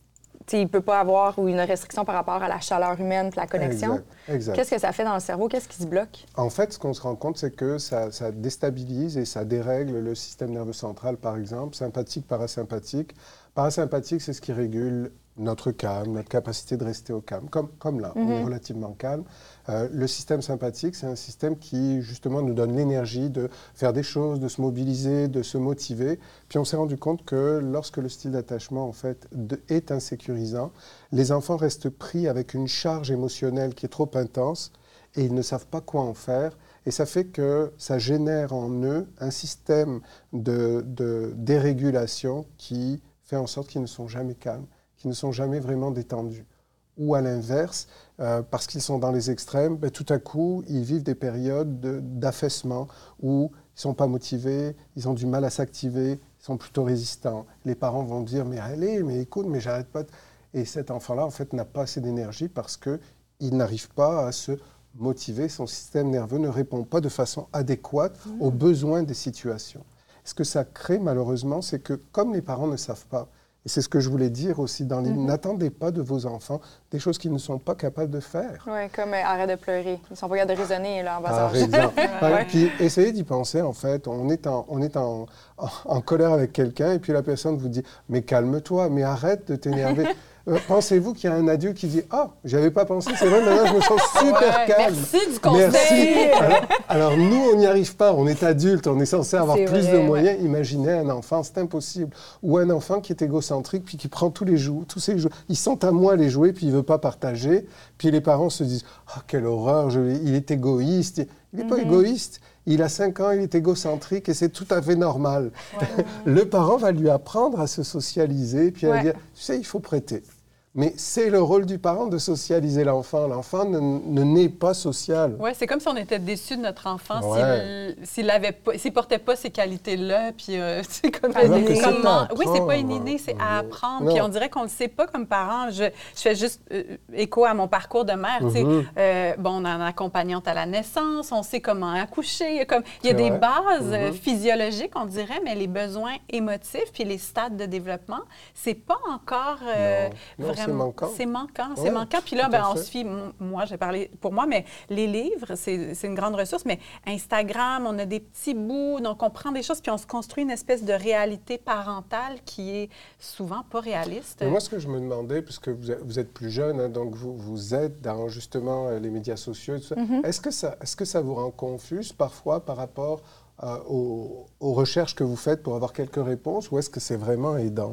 tu sais, il peut pas avoir ou une restriction par rapport à la chaleur humaine puis la connexion, Exact. exact. qu'est-ce que ça fait dans le cerveau? Qu'est-ce qui se bloque? En fait, ce qu'on se rend compte, c'est que ça, ça déstabilise et ça dérègle le système nerveux central, par exemple, sympathique, parasympathique. Parasympathique, c'est ce qui régule notre calme, notre capacité de rester au calme, comme, comme là, on est relativement calme. Euh, le système sympathique, c'est un système qui, justement, nous donne l'énergie de faire des choses, de se mobiliser, de se motiver. Puis on s'est rendu compte que lorsque le style d'attachement, en fait, de, est insécurisant, les enfants restent pris avec une charge émotionnelle qui est trop intense et ils ne savent pas quoi en faire. Et ça fait que ça génère en eux un système de, de dérégulation qui fait en sorte qu'ils ne sont jamais calmes, qu'ils ne sont jamais vraiment détendus. Ou à l'inverse, euh, parce qu'ils sont dans les extrêmes, ben, tout à coup, ils vivent des périodes de- d'affaissement où ils ne sont pas motivés, ils ont du mal à s'activer, ils sont plutôt résistants. Les parents vont dire « mais allez, mais écoute, mais j'arrête pas. de... » Et cet enfant-là, en fait, n'a pas assez d'énergie parce qu'il n'arrive pas à se motiver. Son système nerveux ne répond pas de façon adéquate aux besoins des situations. Ce que ça crée, malheureusement, c'est que comme les parents ne savent pas, et c'est ce que je voulais dire aussi dans les... Mm-hmm. N'attendez pas de vos enfants des choses qu'ils ne sont pas capables de faire. Oui, comme euh, arrête de pleurer. Ils sont pas capables de raisonner là, en bas Par âge. exemple. Ouais, puis essayez d'y penser, en fait. On est, en, on est en, en, en colère avec quelqu'un et puis la personne vous dit « mais calme-toi, mais arrête de t'énerver ». Euh, Pensez-vous qu'il y a un adulte qui dit « ah, j'y avais pas pensé, c'est vrai, maintenant je me sens super Ouais, calme ». merci du conseil. Merci. Alors, alors, nous, on n'y arrive pas. On est adulte, on est censé avoir C'est plus vrai, de ouais. moyens. Imaginez un enfant, c'est impossible. Ou un enfant qui est égocentrique, puis qui prend tous les jouets, tous ses jouets. Ils sont à moi les jouets, puis il veut pas partager. Puis les parents se disent « ah, quelle horreur, je, il est égoïste ». Il n'est pas égoïste. Il a cinq ans, il est égocentrique et c'est tout à fait normal. Le parent va lui apprendre à se socialiser, puis à Ouais. dire « tu sais, il faut prêter ». Mais c'est le rôle du parent de socialiser l'enfant. L'enfant ne, ne naît pas social. Oui, c'est comme si on était déçu de notre enfant Ouais. s'il s'il avait pas, s'il portait pas ces qualités-là. Puis euh, c'est comme Alors que c'est comment- à Oui, c'est pas apprendre. inné, c'est à apprendre. Non. Puis on dirait qu'on le sait pas comme parent. Je, je fais juste euh, écho à mon parcours de mère. tu sais. Mhm. Euh, bon, on a une accompagnante à la naissance, on sait comment accoucher. Il y a, comme, il y a C'est des vrai. bases euh, Mhm. physiologiques, on dirait, mais les besoins émotifs puis les stades de développement, c'est pas encore euh, Non. Non, c'est vraiment. manquant. C'est manquant, c'est Ouais, manquant. Puis là, tout ben, à on fait. se fie, m- moi, j'ai parlé pour moi, mais les livres, c'est c'est une grande ressource. Mais Instagram, on a des petits bouts, donc on prend des choses, puis on se construit une espèce de réalité parentale qui est souvent pas réaliste. Mais moi, ce que je me demandais, puisque vous êtes, vous êtes plus jeune, hein, donc vous, vous êtes dans justement euh, les médias sociaux et tout ça, Mm-hmm. est-ce que ça, est-ce que ça vous rend confuse parfois par rapport euh, aux, aux recherches que vous faites pour avoir quelques réponses, ou est-ce que c'est vraiment aidant?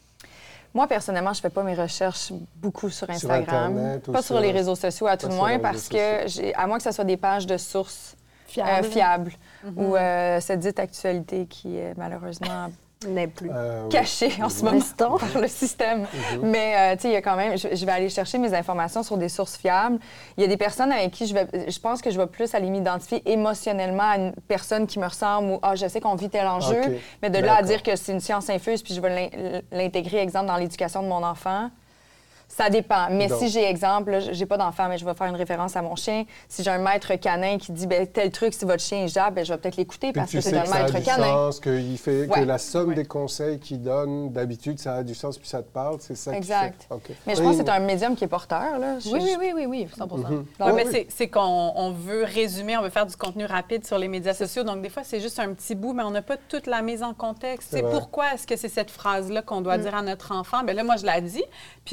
Moi, personnellement, je fais pas mes recherches beaucoup sur Sur Instagram, Internet ou pas sur- sur les réseaux sociaux à tout pas le sur les moins, réseaux parce que, j'ai- à moins que ce soit des pages de sources euh, Fiable. fiables ou euh, cette dite actualité qui est malheureusement N'est plus. Euh, oui. cachée en ce moment Restons. par le système. Mhm. Mais, euh, tu sais, il y a quand même... Je, je vais aller chercher mes informations sur des sources fiables. Il y a des personnes avec qui je vais... Je pense que je vais plus aller m'identifier émotionnellement à une personne qui me ressemble ou « Ah, je sais qu'on vit tel enjeu. OK. Mais de là à D'accord. dire que c'est une science infuse puis je vais l'in- l'intégrer, exemple, dans l'éducation de mon enfant... Ça dépend. Mais Donc. si j'ai exemple, là, j'ai pas d'enfant, mais je vais faire une référence à mon chien. Si j'ai un maître canin qui dit ben, tel truc, si votre chien jappe, ben, je vais peut-être l'écouter Puis parce tu que sais c'est un que ça a maître du canin. sens, qu'il fait, que Ouais. la somme Ouais. des conseils qu'il donne, d'habitude, ça a du sens, puis ça te parle, c'est ça Exact. qui fait. OK. Mais je Oui, pense que c'est un médium qui est porteur. Là. Je- Oui, oui, oui, oui, oui, cent pour cent. Mhm. Oui, Oui, mais oui. c'est- c'est qu'on on veut résumer, on veut faire du contenu rapide sur les médias sociaux. Donc, des fois, c'est juste un petit bout, mais on n'a pas toute la mise en contexte. C'est C'est vrai. pourquoi est-ce que c'est cette phrase-là qu'on doit dire à notre enfant? Bien là, moi, je la dis, puis je regarde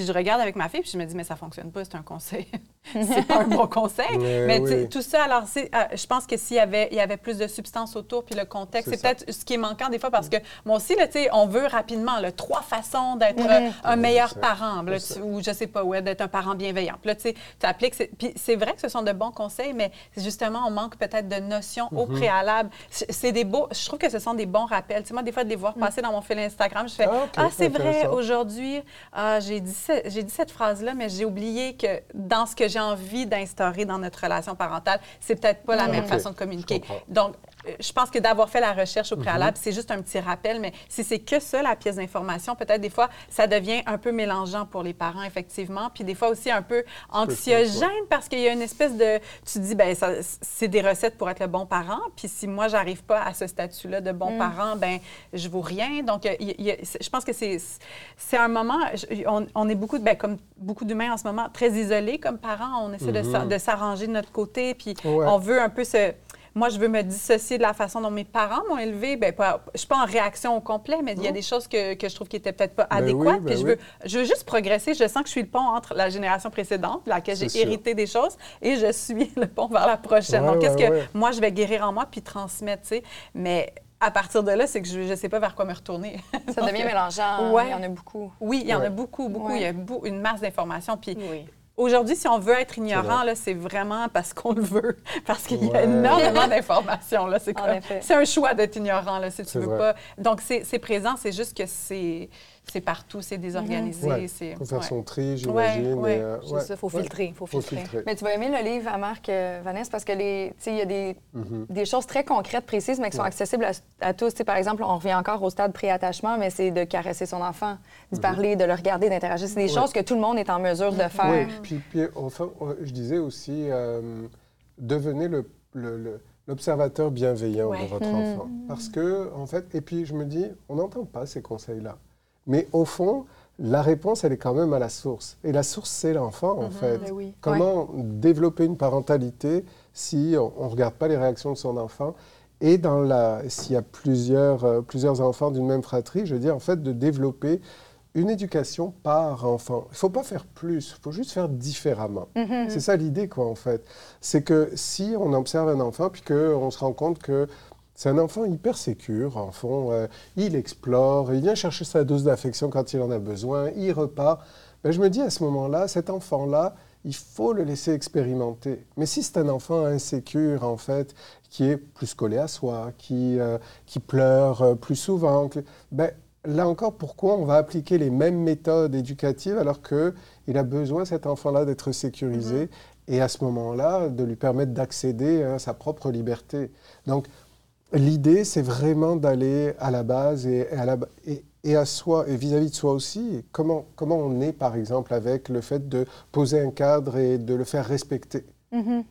avec ma fille, puis je me dis, mais ça fonctionne pas, c'est un conseil. C'est pas un bon conseil. Mais mais oui. tout ça, alors, c'est, euh, je pense que s'il y avait, il y avait plus de substance autour, puis le contexte, c'est, c'est peut-être ce qui est manquant des fois, parce que moi aussi, là, tu sais, on veut rapidement, là, trois façons d'être euh, un meilleur c'est parent, là, tu, ou je sais pas, ouais, d'être un parent bienveillant. Puis là, tu sais, tu appliques, c'est, puis c'est vrai que ce sont de bons conseils, mais justement, on manque peut-être de notions au préalable. C'est des beaux, je trouve que ce sont des bons rappels. Tu sais, moi, des fois, de les voir passer dans mon fil Instagram, je fais, ah, okay, ah c'est vrai, aujourd'hui, ah, j'ai dit, ce, j'ai dit cette phrase-là, mais j'ai oublié que dans ce que j'ai envie d'instaurer dans notre relation parentale, c'est peut-être pas la même okay. façon de communiquer. Donc, je pense que d'avoir fait la recherche au préalable, mm-hmm. c'est juste un petit rappel, mais si c'est que ça, la pièce d'information, peut-être des fois, ça devient un peu mélangeant pour les parents, effectivement, puis des fois aussi un peu anxiogène parce qu'il y a une espèce de... Tu te dis, bien, ça, c'est des recettes pour être le bon parent, puis si moi, j'arrive pas à ce statut-là de bon mm. parent, bien, je vaux rien. Donc, il y a, je pense que c'est, c'est un moment... On, on est beaucoup, bien, comme beaucoup d'humains en ce moment, très isolés comme parents. On essaie mm-hmm. de, de s'arranger de notre côté, puis ouais. on veut un peu se... Moi, je veux me dissocier de la façon dont mes parents m'ont élevée. Bien, pas, je ne suis pas en réaction au complet, mais il y a des choses que, que je trouve qui n'étaient peut-être pas ben adéquates. Oui, ben puis je veux, oui. je veux juste progresser. Je sens que je suis le pont entre la génération précédente, laquelle j'ai sûr. hérité des choses, et je suis le pont vers la prochaine. Ouais, Donc, qu'est-ce ouais, que ouais. moi, je vais guérir en moi puis transmettre, tu sais. Mais à partir de là, c'est que je ne sais pas vers quoi me retourner. Ça Donc, devient mélangeant. Ouais. Il y en a beaucoup. Oui, il y en ouais. a beaucoup, beaucoup. Ouais. Il y a beau, une masse d'informations. Puis oui. Aujourd'hui, si on veut être ignorant, c'est, là, c'est vraiment parce qu'on le veut, parce qu'il ouais. y a énormément d'informations. Là. C'est, comme, c'est un choix d'être ignorant, là, si tu c'est veux vrai. pas. Donc, c'est, c'est présent, c'est juste que c'est, c'est partout, c'est désorganisé. Il c'est... faut faire ouais. son tri, j'imagine. Oui, euh, ouais. il faut filtrer. Il faut filtrer. filtrer. Mais tu vas aimer le livre à Marc, euh, Vanessa, parce que les, il y a des, mm-hmm. des choses très concrètes, précises, mais qui sont ouais. accessibles à, à tous. T'sais, par exemple, on revient encore au stade pré-attachement, mais c'est de caresser son enfant, d'y mm-hmm. parler, de le regarder, d'interagir. C'est des ouais. choses que tout le monde est en mesure de faire. Oui, puis, puis enfin, je disais aussi, euh, devenez le, le, le, l'observateur bienveillant ouais. de votre mmh. enfant. Parce que, en fait, et puis je me dis, on n'entend pas ces conseils-là. Mais au fond, la réponse, elle est quand même à la source. Et la source, c'est l'enfant, en mmh. fait. Oui. Comment ouais. développer une parentalité si on ne regarde pas les réactions de son enfant? Et dans la, s'il y a plusieurs, euh, plusieurs enfants d'une même fratrie, je veux dire, en fait, de développer une éducation par enfant. Il ne faut pas faire plus, il faut juste faire différemment. Mm-hmm. C'est ça l'idée, quoi, en fait. C'est que si on observe un enfant, puis qu'on se rend compte que c'est un enfant hyper sécure, en fond, euh, il explore, il vient chercher sa dose d'affection quand il en a besoin, il repart. Ben, je me dis, à ce moment-là, cet enfant-là, il faut le laisser expérimenter. Mais si c'est un enfant insécure, en fait, qui est plus collé à soi, qui, euh, qui pleure euh, plus souvent, que, ben, là encore, pourquoi on va appliquer les mêmes méthodes éducatives alors qu'il a besoin, cet enfant-là, d'être sécurisé mm-hmm. et à ce moment-là, de lui permettre d'accéder à sa propre liberté. Donc, l'idée, c'est vraiment d'aller à la base et à, la, et, et à soi, et vis-à-vis de soi aussi. Comment, comment on est, par exemple, avec le fait de poser un cadre et de le faire respecter. Mm-hmm.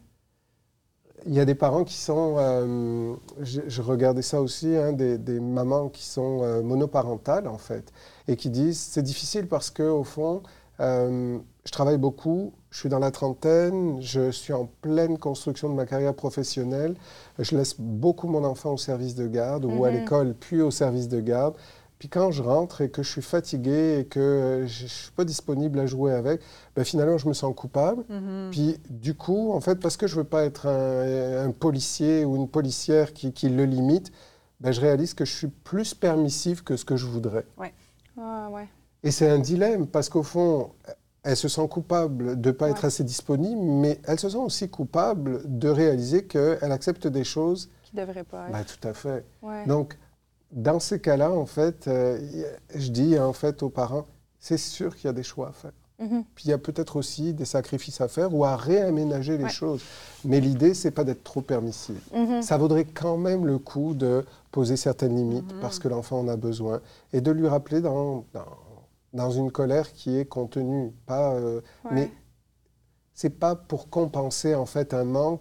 Il y a des parents qui sont, euh, je, je regardais ça aussi, hein, des, des mamans qui sont euh, monoparentales en fait, et qui disent c'est difficile parce que au fond, euh, je travaille beaucoup, je suis dans la trentaine, je suis en pleine construction de ma carrière professionnelle, je laisse beaucoup mon enfant au service de garde mm-hmm. ou à l'école puis au service de garde. Puis quand je rentre et que je suis fatiguée et que je ne suis pas disponible à jouer avec, ben finalement, je me sens coupable. Mm-hmm. Puis du coup, en fait, parce que je ne veux pas être un, un policier ou une policière qui, qui le limite, ben je réalise que je suis plus permissive que ce que je voudrais. Ouais. Ah, ouais. Et c'est un dilemme, parce qu'au fond, elle se sent coupable de ne pas ouais. être assez disponible, mais elle se sent aussi coupable de réaliser qu'elle accepte des choses... Qui ne devraient pas être. Ben, tout à fait. Ouais. Donc, dans ces cas-là, en fait, euh, je dis en fait aux parents, c'est sûr qu'il y a des choix à faire. Mm-hmm. Puis il y a peut-être aussi des sacrifices à faire ou à réaménager les ouais. choses. Mais l'idée, c'est pas d'être trop permissif. Mm-hmm. Ça vaudrait quand même le coup de poser certaines limites mm-hmm. parce que l'enfant en a besoin et de lui rappeler dans, dans, dans une colère qui est contenue. Pas, euh, ouais. Mais c'est pas pour compenser en fait un manque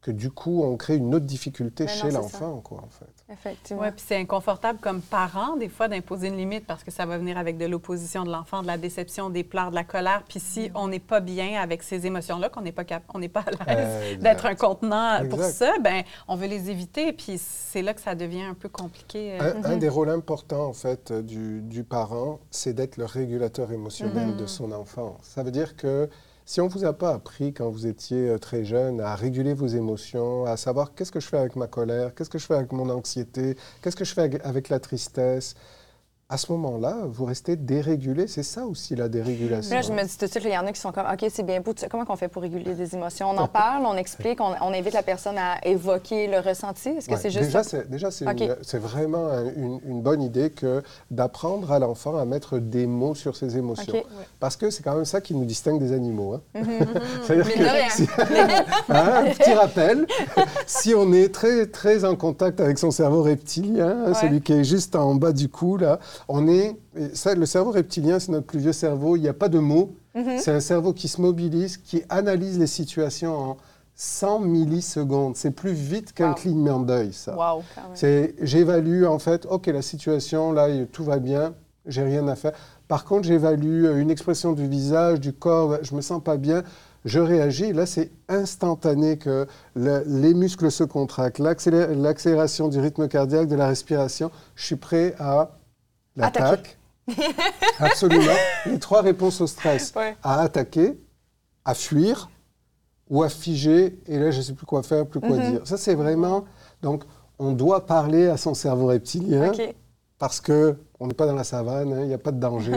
que du coup, on crée une autre difficulté Mais chez non, c'est l'enfant, quoi, en fait. Effectivement. Oui, puis c'est inconfortable comme parent, des fois, d'imposer une limite parce que ça va venir avec de l'opposition de l'enfant, de la déception, des pleurs, de la colère. Puis si on n'est pas bien avec ces émotions-là, qu'on n'est pas, cap- on n'est pas à l'aise Exact. d'être un contenant pour Exact. ça, ben on veut les éviter. Puis c'est là que ça devient un peu compliqué. euh. Un, un des rôles importants, en fait, du, du parent, c'est d'être le régulateur émotionnel de son enfant. Ça veut dire que si on ne vous a pas appris quand vous étiez euh, très jeune à réguler vos émotions, à savoir qu'est-ce que je fais avec ma colère, qu'est-ce que je fais avec mon anxiété, qu'est-ce que je fais avec, avec la tristesse, à ce moment-là, vous restez dérégulé. C'est ça aussi la dérégulation. Là, je me dis tout de suite, il y en a qui sont comme, OK, c'est bien beau, tu sais, comment on fait pour réguler des émotions? On en parle, on explique, on, on invite la personne à évoquer le ressenti. Est-ce que Ouais, c'est juste déjà, ça? c'est, déjà, c'est, OK. une- c'est vraiment un- une, une bonne idée que d'apprendre à l'enfant à mettre des mots sur ses émotions. OK. Parce que c'est quand même ça qui nous distingue des animaux. Hein. Mhm. C'est-à-dire Mine de rien. si- Hein, un petit rappel, si on est très, très en contact avec son cerveau reptilien, hein, Ouais. celui qui est juste en bas du cou, là, on est... et ça, le cerveau reptilien, c'est notre plus vieux cerveau. Il n'y a pas de mots. Mhm. C'est un cerveau qui se mobilise, qui analyse les situations en cent millisecondes. C'est plus vite qu'un Wow. clignement d'œil, ça. Wow, quand même. C'est, j'évalue, en fait, OK, la situation, là, il- tout va bien, j'ai rien à faire. Par contre, j'évalue euh, une expression du visage, du corps, je me sens pas bien, je réagis. Là, c'est instantané que le- les muscles se contractent, l'accélé- l'accélération du rythme cardiaque, de la respiration. Je suis prêt à l'attaque. Absolument. Les trois réponses au stress. Ouais. À attaquer, à fuir ou à figer. Et là, je ne sais plus quoi faire, plus quoi Mhm. dire. Ça, c'est vraiment... Donc, on doit parler à son cerveau reptilien OK. parce qu'on n'est pas dans la savane, hein, il n'y a pas de danger.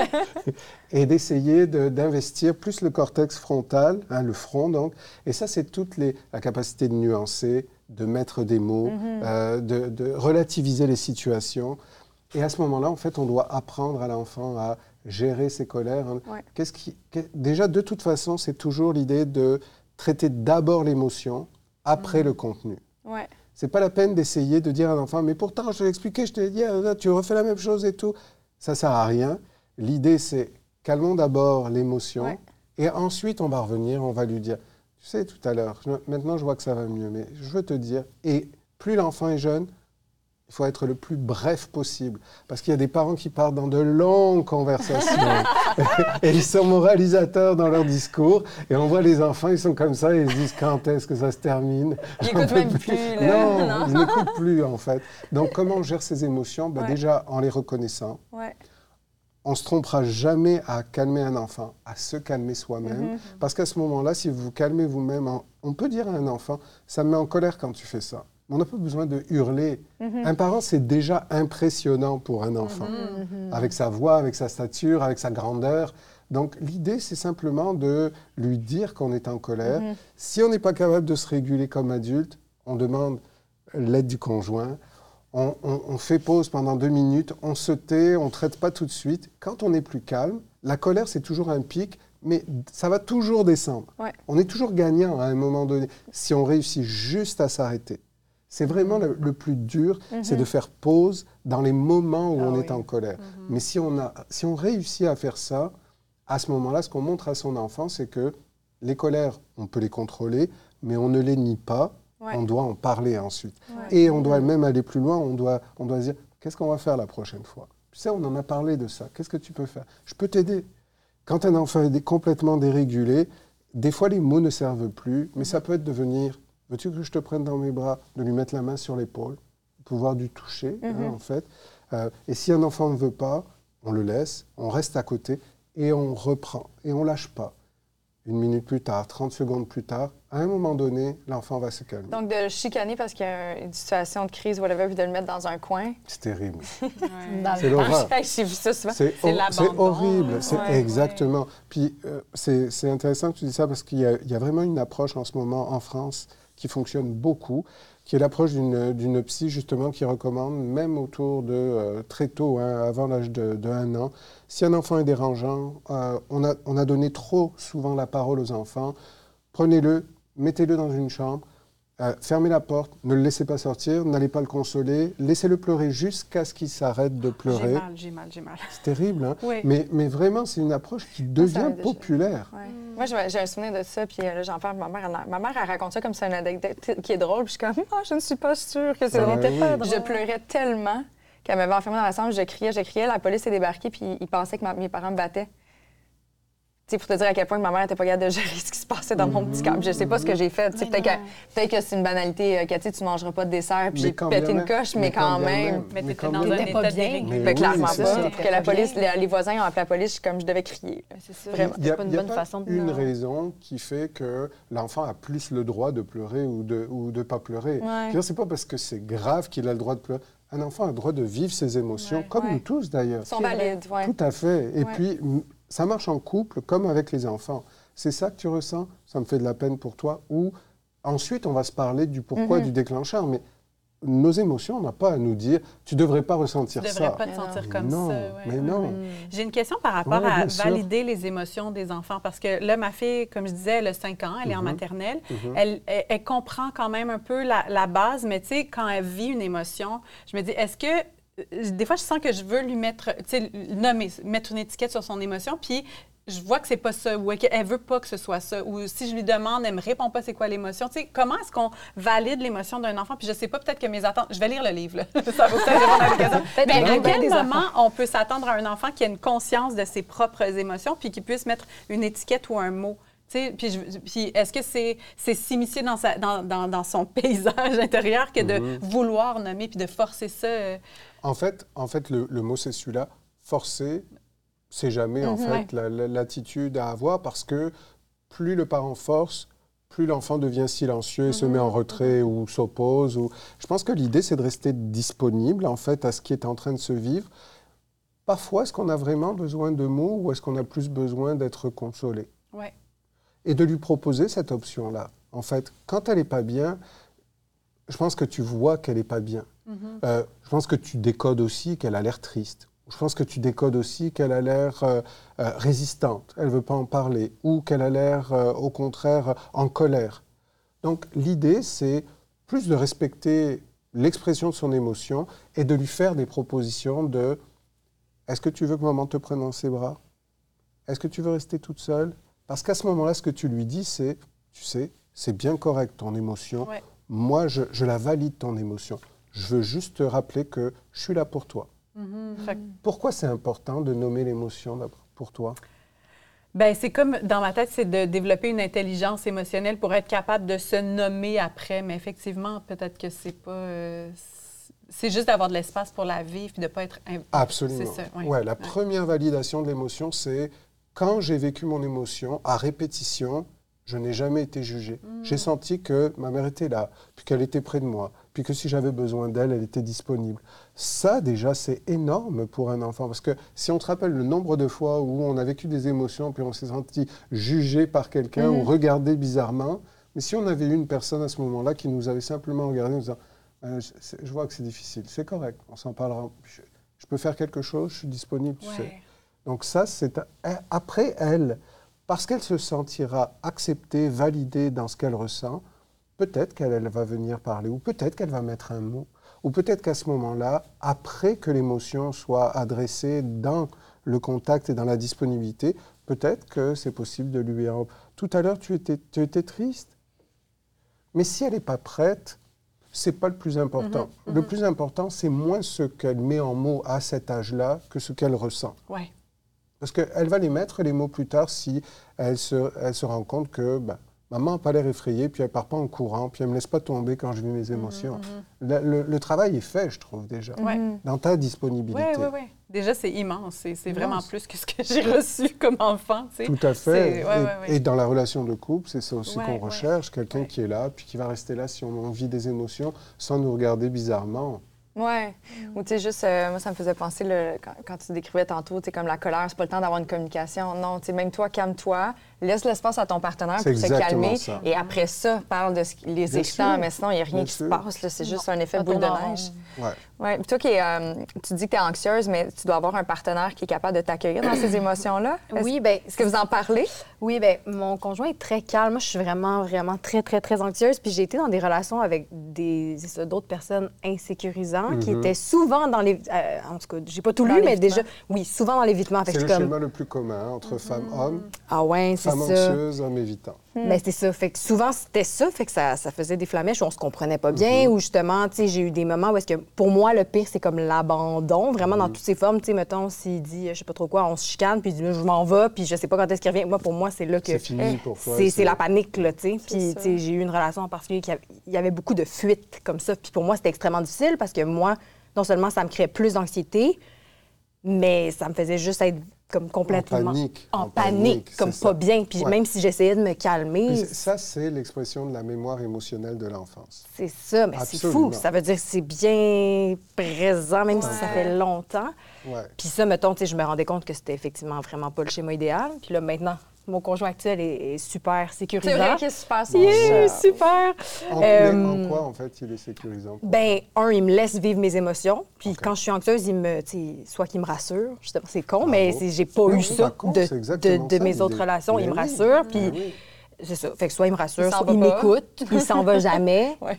Et d'essayer de- d'investir plus le cortex frontal, hein, le front donc. Et ça, c'est toute les, la capacité de nuancer, de mettre des mots, Mhm. euh, de, de relativiser les situations. Et à ce moment-là, en fait, on doit apprendre à l'enfant à gérer ses colères. hein. Ouais. Qu'est-ce qui, qu'est- déjà, de toute façon, c'est toujours l'idée de traiter d'abord l'émotion, après Mhm. le contenu. Ouais. C'est pas la peine d'essayer de dire à l'enfant, mais pourtant, je te l'ai expliqué, je te l'ai dit, ah, là, tu refais la même chose et tout. Ça sert à rien. L'idée, c'est calmons d'abord l'émotion Ouais. et ensuite, on va revenir, on va lui dire, tu sais, tout à l'heure, je- maintenant, je vois que ça va mieux, mais je veux te dire, et plus l'enfant est jeune, il faut être le plus bref possible. Parce qu'il y a des parents qui partent dans de longues conversations. Et ils sont moralisateurs dans leur discours. Et on voit les enfants, ils sont comme ça, et ils se disent quand est-ce que ça se termine. Ils J'en n'écoutent peux même plus. là. Non, Non. ils n'écoutent plus, en fait. Donc, comment on gère ses émotions? Ben, Ouais. Déjà, en les reconnaissant. Ouais. On ne se trompera jamais à calmer un enfant, à se calmer soi-même. Mhm. Parce qu'à ce moment-là, si vous vous calmez vous-même, en- on peut dire à un enfant, ça me met en colère quand tu fais ça. On n'a pas besoin de hurler. Mhm. Un parent, c'est déjà impressionnant pour un enfant, Mhm. avec sa voix, avec sa stature, avec sa grandeur. Donc l'idée, c'est simplement de lui dire qu'on est en colère. Mhm. Si on n'est pas capable de se réguler comme adulte, on demande l'aide du conjoint. On, on- on fait pause pendant deux minutes, on se tait, on ne traite pas tout de suite. Quand on est plus calme, la colère, c'est toujours un pic, mais ça va toujours descendre. Ouais. On est toujours gagnant à un moment donné, si on réussit juste à s'arrêter. C'est vraiment le, le plus dur, c'est de faire pause dans les moments où Ah on oui. est en colère. Mais si on, a, si on réussit à faire ça, à ce moment-là, ce qu'on montre à son enfant, c'est que les colères, on peut les contrôler, mais on ne les nie pas. Ouais. On doit en parler ensuite. Ouais. Et on doit même aller plus loin, on doit, on doit se dire, qu'est-ce qu'on va faire la prochaine fois? Tu sais, on en a parlé de ça. Qu'est-ce que tu peux faire? Je peux t'aider. Quand un enfant est dé- complètement dérégulé, des fois les mots ne servent plus, mais ça peut être de venir, veux-tu que je te prenne dans mes bras, de lui mettre la main sur l'épaule, pouvoir du toucher, hein, Mhm. en fait. Euh, et si un enfant ne veut pas, on le laisse, on reste à côté et on reprend. Et on lâche pas. Une minute plus tard, trente secondes plus tard, à un moment donné, l'enfant va se calmer. Donc, de le chicaner parce qu'il y a une situation de crise, whatever, puis de le mettre dans un coin. C'est terrible. Dans C'est le- l'horreur. Hey, j'ai vu ça souvent. C'est C'est hor- l'abandon. c'est horrible, c'est Ouais, exactement. Puis euh, c'est c'est intéressant que tu dis ça parce qu'il y, a- il y a vraiment une approche en ce moment en France qui fonctionne beaucoup, qui est l'approche d'une d'une psy justement qui recommande, même autour de euh, très tôt, hein, avant l'âge de, de un an, si un enfant est dérangeant, euh, on, a, on a donné trop souvent la parole aux enfants, prenez-le, mettez-le dans une chambre, euh, fermez la porte, ne le laissez pas sortir, n'allez pas le consoler, laissez-le pleurer jusqu'à ce qu'il s'arrête de J'ai pleurer. mal, j'ai mal, j'ai mal. C'est terrible, hein? Oui. Mais, mais vraiment, c'est une approche qui ça devient m'est déjà- populaire. Ouais. Moi, j'ai j'ai un souvenir de ça, puis là, j'en parle à ma mère. Elle- ma mère, elle raconte ça comme c'est une anecdote qui est drôle, puis je suis comme, ah, je ne suis pas sûre que c'est Ah, drôle. oui. Pas drôle. Je pleurais tellement qu'elle m'avait enfermée dans la chambre, je criais, je criais, la police est débarquée, puis ils pensaient que ma- mes parents me battaient. Tu sais, pour te dire à quel point que ma mère n'était pas capable de gérer ce qui se passait dans mon petit corps. Je sais pas ce que j'ai fait. Tu sais, Mais Peut-être non. que, peut-être que c'est une banalité, euh, Cathy, tu ne mangeras pas de dessert, puis Mais j'ai quand pété bien une même. coche, mais, Mais quand quand bien même. même. Mais Mais t'étais quand dans même. un T'étais pas état bien. dérégulé. Mais Ben, oui, clairement c'est pas. ça. Que la police, les, les voisins ont appelé la police, comme je devais crier. là. C'est ça. Vraiment. Il y a, C'est pas une il y a bonne pas façon de... une Non. raison qui fait que l'enfant a plus le droit de pleurer ou de ou de pas pleurer. Ouais. Je veux dire, c'est pas parce que c'est grave qu'il a le droit de pleurer. Un enfant a le droit de vivre ses émotions, Ouais. comme Ouais. nous tous d'ailleurs. Ils sont valides, oui. Tout à fait. Et Ouais. puis, m- ça marche en couple comme avec les enfants. C'est ça que tu ressens, ça me fait de la peine pour toi. Ou ensuite, on va se parler du pourquoi, Mhm. du déclencheur. Mais nos émotions, on n'a pas à nous dire, tu devrais pas ressentir Tu ça. devrais pas te Mais sentir non. comme non, ça. ouais, mais ouais, non. ouais. J'ai une question par rapport Ouais, à bien sûr. valider les émotions des enfants. Parce que là, ma fille, comme je disais, elle a cinq ans, elle est en Mhm. maternelle. Mhm. Elle, elle- elle comprend quand même un peu la, la base, mais tu sais, quand elle vit une émotion, je me dis, est-ce que... euh, Des fois, je sens que je veux lui mettre, tu sais, nommer, mettre une étiquette sur son émotion, puis je vois que c'est pas ça, ou qu'elle veut pas que ce soit ça, ou si je lui demande, elle me répond pas c'est quoi l'émotion. Tu sais, comment est-ce qu'on valide l'émotion d'un enfant? Puis je sais pas, peut-être que mes attentes... Je vais lire le livre, là. Ça va peut-être répondre à la question. Peut-être Mais qu'il y à a bien quel des moment on peut s'attendre à un enfant qui a une conscience de ses propres émotions puis qui puisse mettre une étiquette ou un mot? Tu sais, puis, je- puis est-ce que c'est, c'est s'immiscer dans, sa, dans, dans, dans son paysage intérieur que de Mhm. vouloir nommer puis de forcer ça? euh, En fait, en fait le, le mot, c'est celui-là. Forcer, c'est jamais, en Mhm. fait, la- la- l'attitude à avoir parce que plus le parent force, plus l'enfant devient silencieux et se met en retrait ou s'oppose. Ou... Je pense que l'idée, c'est de rester disponible, en fait, à ce qui est en train de se vivre. Parfois, est-ce qu'on a vraiment besoin de mots ou est-ce qu'on a plus besoin d'être consolé? Ouais. Et de lui proposer cette option-là. En fait, quand elle n'est pas bien, je pense que tu vois qu'elle n'est pas bien. Euh, je pense que tu décodes aussi qu'elle a l'air triste. Je pense que tu décodes aussi qu'elle a l'air euh, euh, résistante, elle ne veut pas en parler, ou qu'elle a l'air, euh, au contraire, euh, en colère. Donc l'idée, c'est plus de respecter l'expression de son émotion et de lui faire des propositions de « Est-ce que tu veux que maman te prenne dans ses bras? Est-ce que tu veux rester toute seule ?» Parce qu'à ce moment-là, ce que tu lui dis, c'est « Tu sais, c'est bien correct ton émotion. Ouais. Moi, je, je la valide ton émotion. Je veux juste te rappeler que je suis là pour toi. Mhm. Fait que Pourquoi c'est important de nommer l'émotion d'abord pour toi? ben, c'est comme, dans ma tête, c'est de développer une intelligence émotionnelle pour être capable de se nommer après. Mais effectivement, peut-être que c'est pas... euh, c'est juste d'avoir de l'espace pour la vivre puis de pas être... inv- Absolument. C'est ça, oui. Ouais, la Ouais. première validation de l'émotion, c'est quand j'ai vécu mon émotion, à répétition, je n'ai jamais été jugé. Mm. J'ai senti que ma mère était là, puis qu'elle était près de moi, puis que si j'avais besoin d'elle, elle était disponible. Ça, déjà, c'est énorme pour un enfant, parce que si on te rappelle le nombre de fois où on a vécu des émotions, puis on s'est senti jugé par quelqu'un Mhm. ou regardé bizarrement, mais si on avait eu une personne à ce moment-là qui nous avait simplement regardé en disant Euh, je, c'est- je vois que c'est difficile, c'est correct, on s'en parlera. Je, je peux faire quelque chose, je suis disponible, tu sais. Ouais. Donc ça, c'est à- après elle, parce qu'elle se sentira acceptée, validée dans ce qu'elle ressent, peut-être qu'elle elle va venir parler, ou peut-être qu'elle va mettre un mot, ou peut-être qu'à ce moment-là, après que l'émotion soit adressée dans le contact et dans la disponibilité, peut-être que c'est possible de lui dire « Tout à l'heure, tu étais, tu étais triste ?» Mais si elle n'est pas prête, c'est pas le plus important. Mhm, Le mhm. plus important, c'est moins ce qu'elle met en mots à cet âge-là que ce qu'elle ressent. Ouais. Parce qu'elle va les mettre, les mots, plus tard, si elle se, elle se rend compte que ben, maman n'a pas l'air effrayée, puis elle part pas en courant, puis elle me laisse pas tomber quand je vis mes émotions. Le, le- le travail est fait, je trouve, déjà, Ouais. Mhm. dans ta disponibilité. Oui, oui, oui. Déjà, c'est immense. C'est, c'est vraiment Immense. plus que ce que j'ai reçu comme enfant, tu sais. Tout à fait. C'est- Et, ouais, ouais, ouais. et dans la relation de couple, c'est ça aussi Ouais, qu'on ouais. recherche, quelqu'un Ouais. qui est là, puis qui va rester là si on, on vit des émotions sans nous regarder bizarrement. Ouais. Ou tu sais, juste, euh, moi, ça me faisait penser, le, quand, quand tu décrivais tantôt, tu sais, comme la colère, c'est pas le temps d'avoir une communication. Non, tu sais, même toi, calme-toi, laisse l'espace à ton partenaire C'est pour se exactement calmer. ça. Et après ça, parle de ce qui les Bien excitants, sûr. mais sinon, il n'y a rien Bien qui sûr. se passe, là. C'est juste Non. un effet Ça boule de tourne en neige. Ouais. Ouais. Puis toi, qui, euh, tu dis que tu es anxieuse, mais tu dois avoir un partenaire qui est capable de t'accueillir dans ces émotions-là. Est-ce- Oui, bien, Est-ce que vous en parlez? Oui, bien, mon conjoint est très calme. Moi, je suis vraiment, vraiment très, très, très anxieuse. Puis j'ai été dans des relations avec des, c'est ça, d'autres personnes insécurisantes qui Mhm. étaient souvent dans les... euh, en tout cas, j'ai pas tout Dans lu, mais l'évitement. déjà... Oui, souvent dans l'évitement. Fait que C'est je le suis comme... schéma le plus commun hein, entre femmes et hommes. Ah ouais, c'est Femme ça. anxieuse, homme évitant. Ben, c'est ça. Fait que souvent, c'était ça. Fait que ça, ça faisait des flamèches où on se comprenait pas bien. Mm-hmm. Ou justement, tu sais, j'ai eu des moments où est-ce que, pour moi, le pire, c'est comme l'abandon, vraiment Mm-hmm. dans toutes ses formes. Tu sais, mettons, s'il dit, je sais pas trop quoi, on se chicane, puis il dit, je m'en vais, puis je sais pas quand est-ce qu'il revient. Moi, pour moi, c'est là que. C'est fini pour toi. C'est, c'est la panique, là, tu sais. Puis, ça. tu sais, j'ai eu une relation en particulier qui avait, il y avait beaucoup de fuites comme ça. Puis pour moi, c'était extrêmement difficile parce que moi, non seulement ça me créait plus d'anxiété, mais ça me faisait juste être comme complètement... En panique. En En panique, panique, comme c'est pas ça. bien. Puis Ouais. même si j'essayais de me calmer, Puis c'est- ça, c'est l'expression de la mémoire émotionnelle de l'enfance. c'est ça. Mais c'est Absolument. fou. Ça veut dire que c'est bien présent, même si ça fait longtemps. Ouais. Puis ça, mettons, tu sais, je me rendais compte que c'était effectivement vraiment pas le schéma idéal. Puis là, maintenant, mon conjoint actuel est, est super sécurisant. C'est vrai qu'il est super Il est sage. super. En, Euh, mais en quoi, en fait, il est sécurisant? pour Ben, un, il me laisse vivre mes émotions. Puis OK. quand je suis anxieuse, il me, tu sais, soit qu'il me rassure. Justement, c'est con, Bravo. mais c'est- j'ai pas Non, eu c'est ça pas con, de, c'est de, exactement de ça, mes autres l'idée. relations. Il Ben me oui, rassure, puis ben oui. c'est ça. Fait que soit il me rassure, Il s'en soit va il pas. m'écoute, il s'en va jamais. Ouais.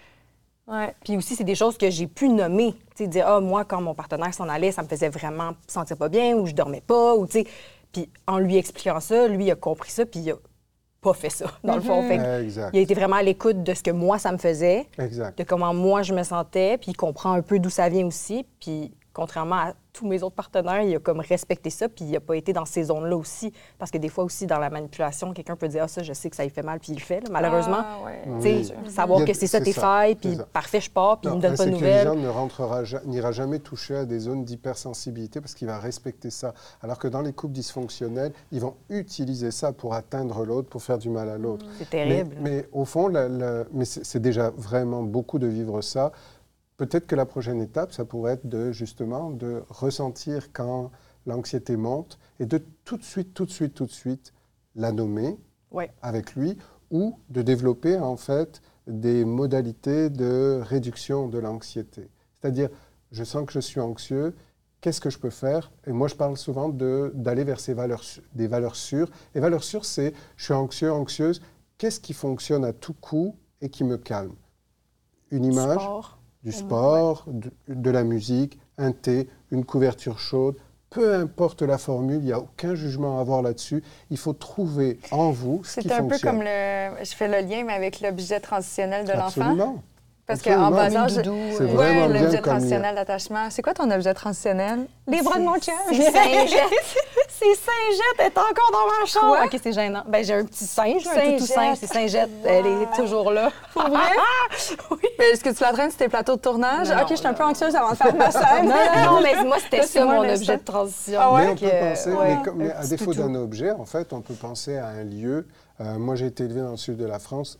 Ouais. Puis aussi, c'est des choses que j'ai pu nommer. Tu sais, dire, ah, moi, quand mon partenaire s'en allait, ça me faisait vraiment sentir pas bien, ou je dormais pas, ou tu sais. Puis en lui expliquant ça, lui, il a compris ça, puis il a pas fait ça, dans le fond. Fait que Exact. il a été vraiment à l'écoute de ce que moi, ça me faisait, Exact. de comment moi, je me sentais, puis il comprend un peu d'où ça vient aussi. Puis contrairement à tous mes autres partenaires, il a comme respecté ça, puis il n'a pas été dans ces zones-là aussi. Parce que des fois aussi, dans la manipulation, quelqu'un peut dire, ah, ça, je sais que ça lui fait mal, puis il le fait, là, malheureusement. Ah, ouais. Tu sais, Oui. savoir Il y a- que c'est ça c'est tes ça, failles, c'est puis ça. parfait, je pars, puis il Non, me donne un pas de nouvelles. sécurisant ne rentrera ja- n'ira jamais toucher à des zones d'hypersensibilité parce qu'il va respecter ça. Alors que dans les couples dysfonctionnels, ils vont utiliser ça pour atteindre l'autre, pour faire du mal à l'autre. C'est Mais, terrible. mais au fond, la- la- mais c'est c'est déjà vraiment beaucoup de vivre ça. Peut-être que la prochaine étape, ça pourrait être de justement de ressentir quand l'anxiété monte et de tout de suite, tout de suite, tout de suite la nommer Ouais. avec lui ou de développer en fait des modalités de réduction de l'anxiété. C'est-à-dire, je sens que je suis anxieux, qu'est-ce que je peux faire? Et moi, je parle souvent de- d'aller vers ces valeurs, su- des valeurs sûres. Les valeurs sûres, c'est je suis anxieux, anxieuse, qu'est-ce qui fonctionne à tout coup et qui me calme? Une image, Sport. du sport, de, de la musique, un thé, une couverture chaude. Peu importe la formule, il n'y a aucun jugement à avoir là-dessus. Il faut trouver en vous ce qui C'est un peu fonctionne. comme le. Je fais le lien, mais avec l'objet transitionnel de l'enfant. Absolument. Parce qu'en Absolument. bas âge, C'est ouais, vraiment bien l'objet comme transitionnel d'attachement. C'est quoi ton objet transitionnel? Les bras de mon chien. C'est Saint-Jette. C'est Saint-Jette, elle est encore dans ma chambre. Quoi? OK, c'est gênant. Ben, j'ai un petit singe, un tout Saint-Jette. singe. C'est Saint-Jette. Elle est toujours là. Pour vrai? Oui. Mais est-ce que tu l'entraînes sur tes plateaux de tournage? Non, OK, je suis un peu anxieuse avant de faire ma scène. Non, non, non, mais moi, c'était Ça, c'est ça, moi, mon l'instant. objet de transition. Ah ouais? Mais on Donc, peut euh, penser, ouais, mais, comme- mais un à petit défaut toutou. d'un objet, en fait, on peut penser à un lieu. Euh, moi, j'ai été élevé dans le sud de la France.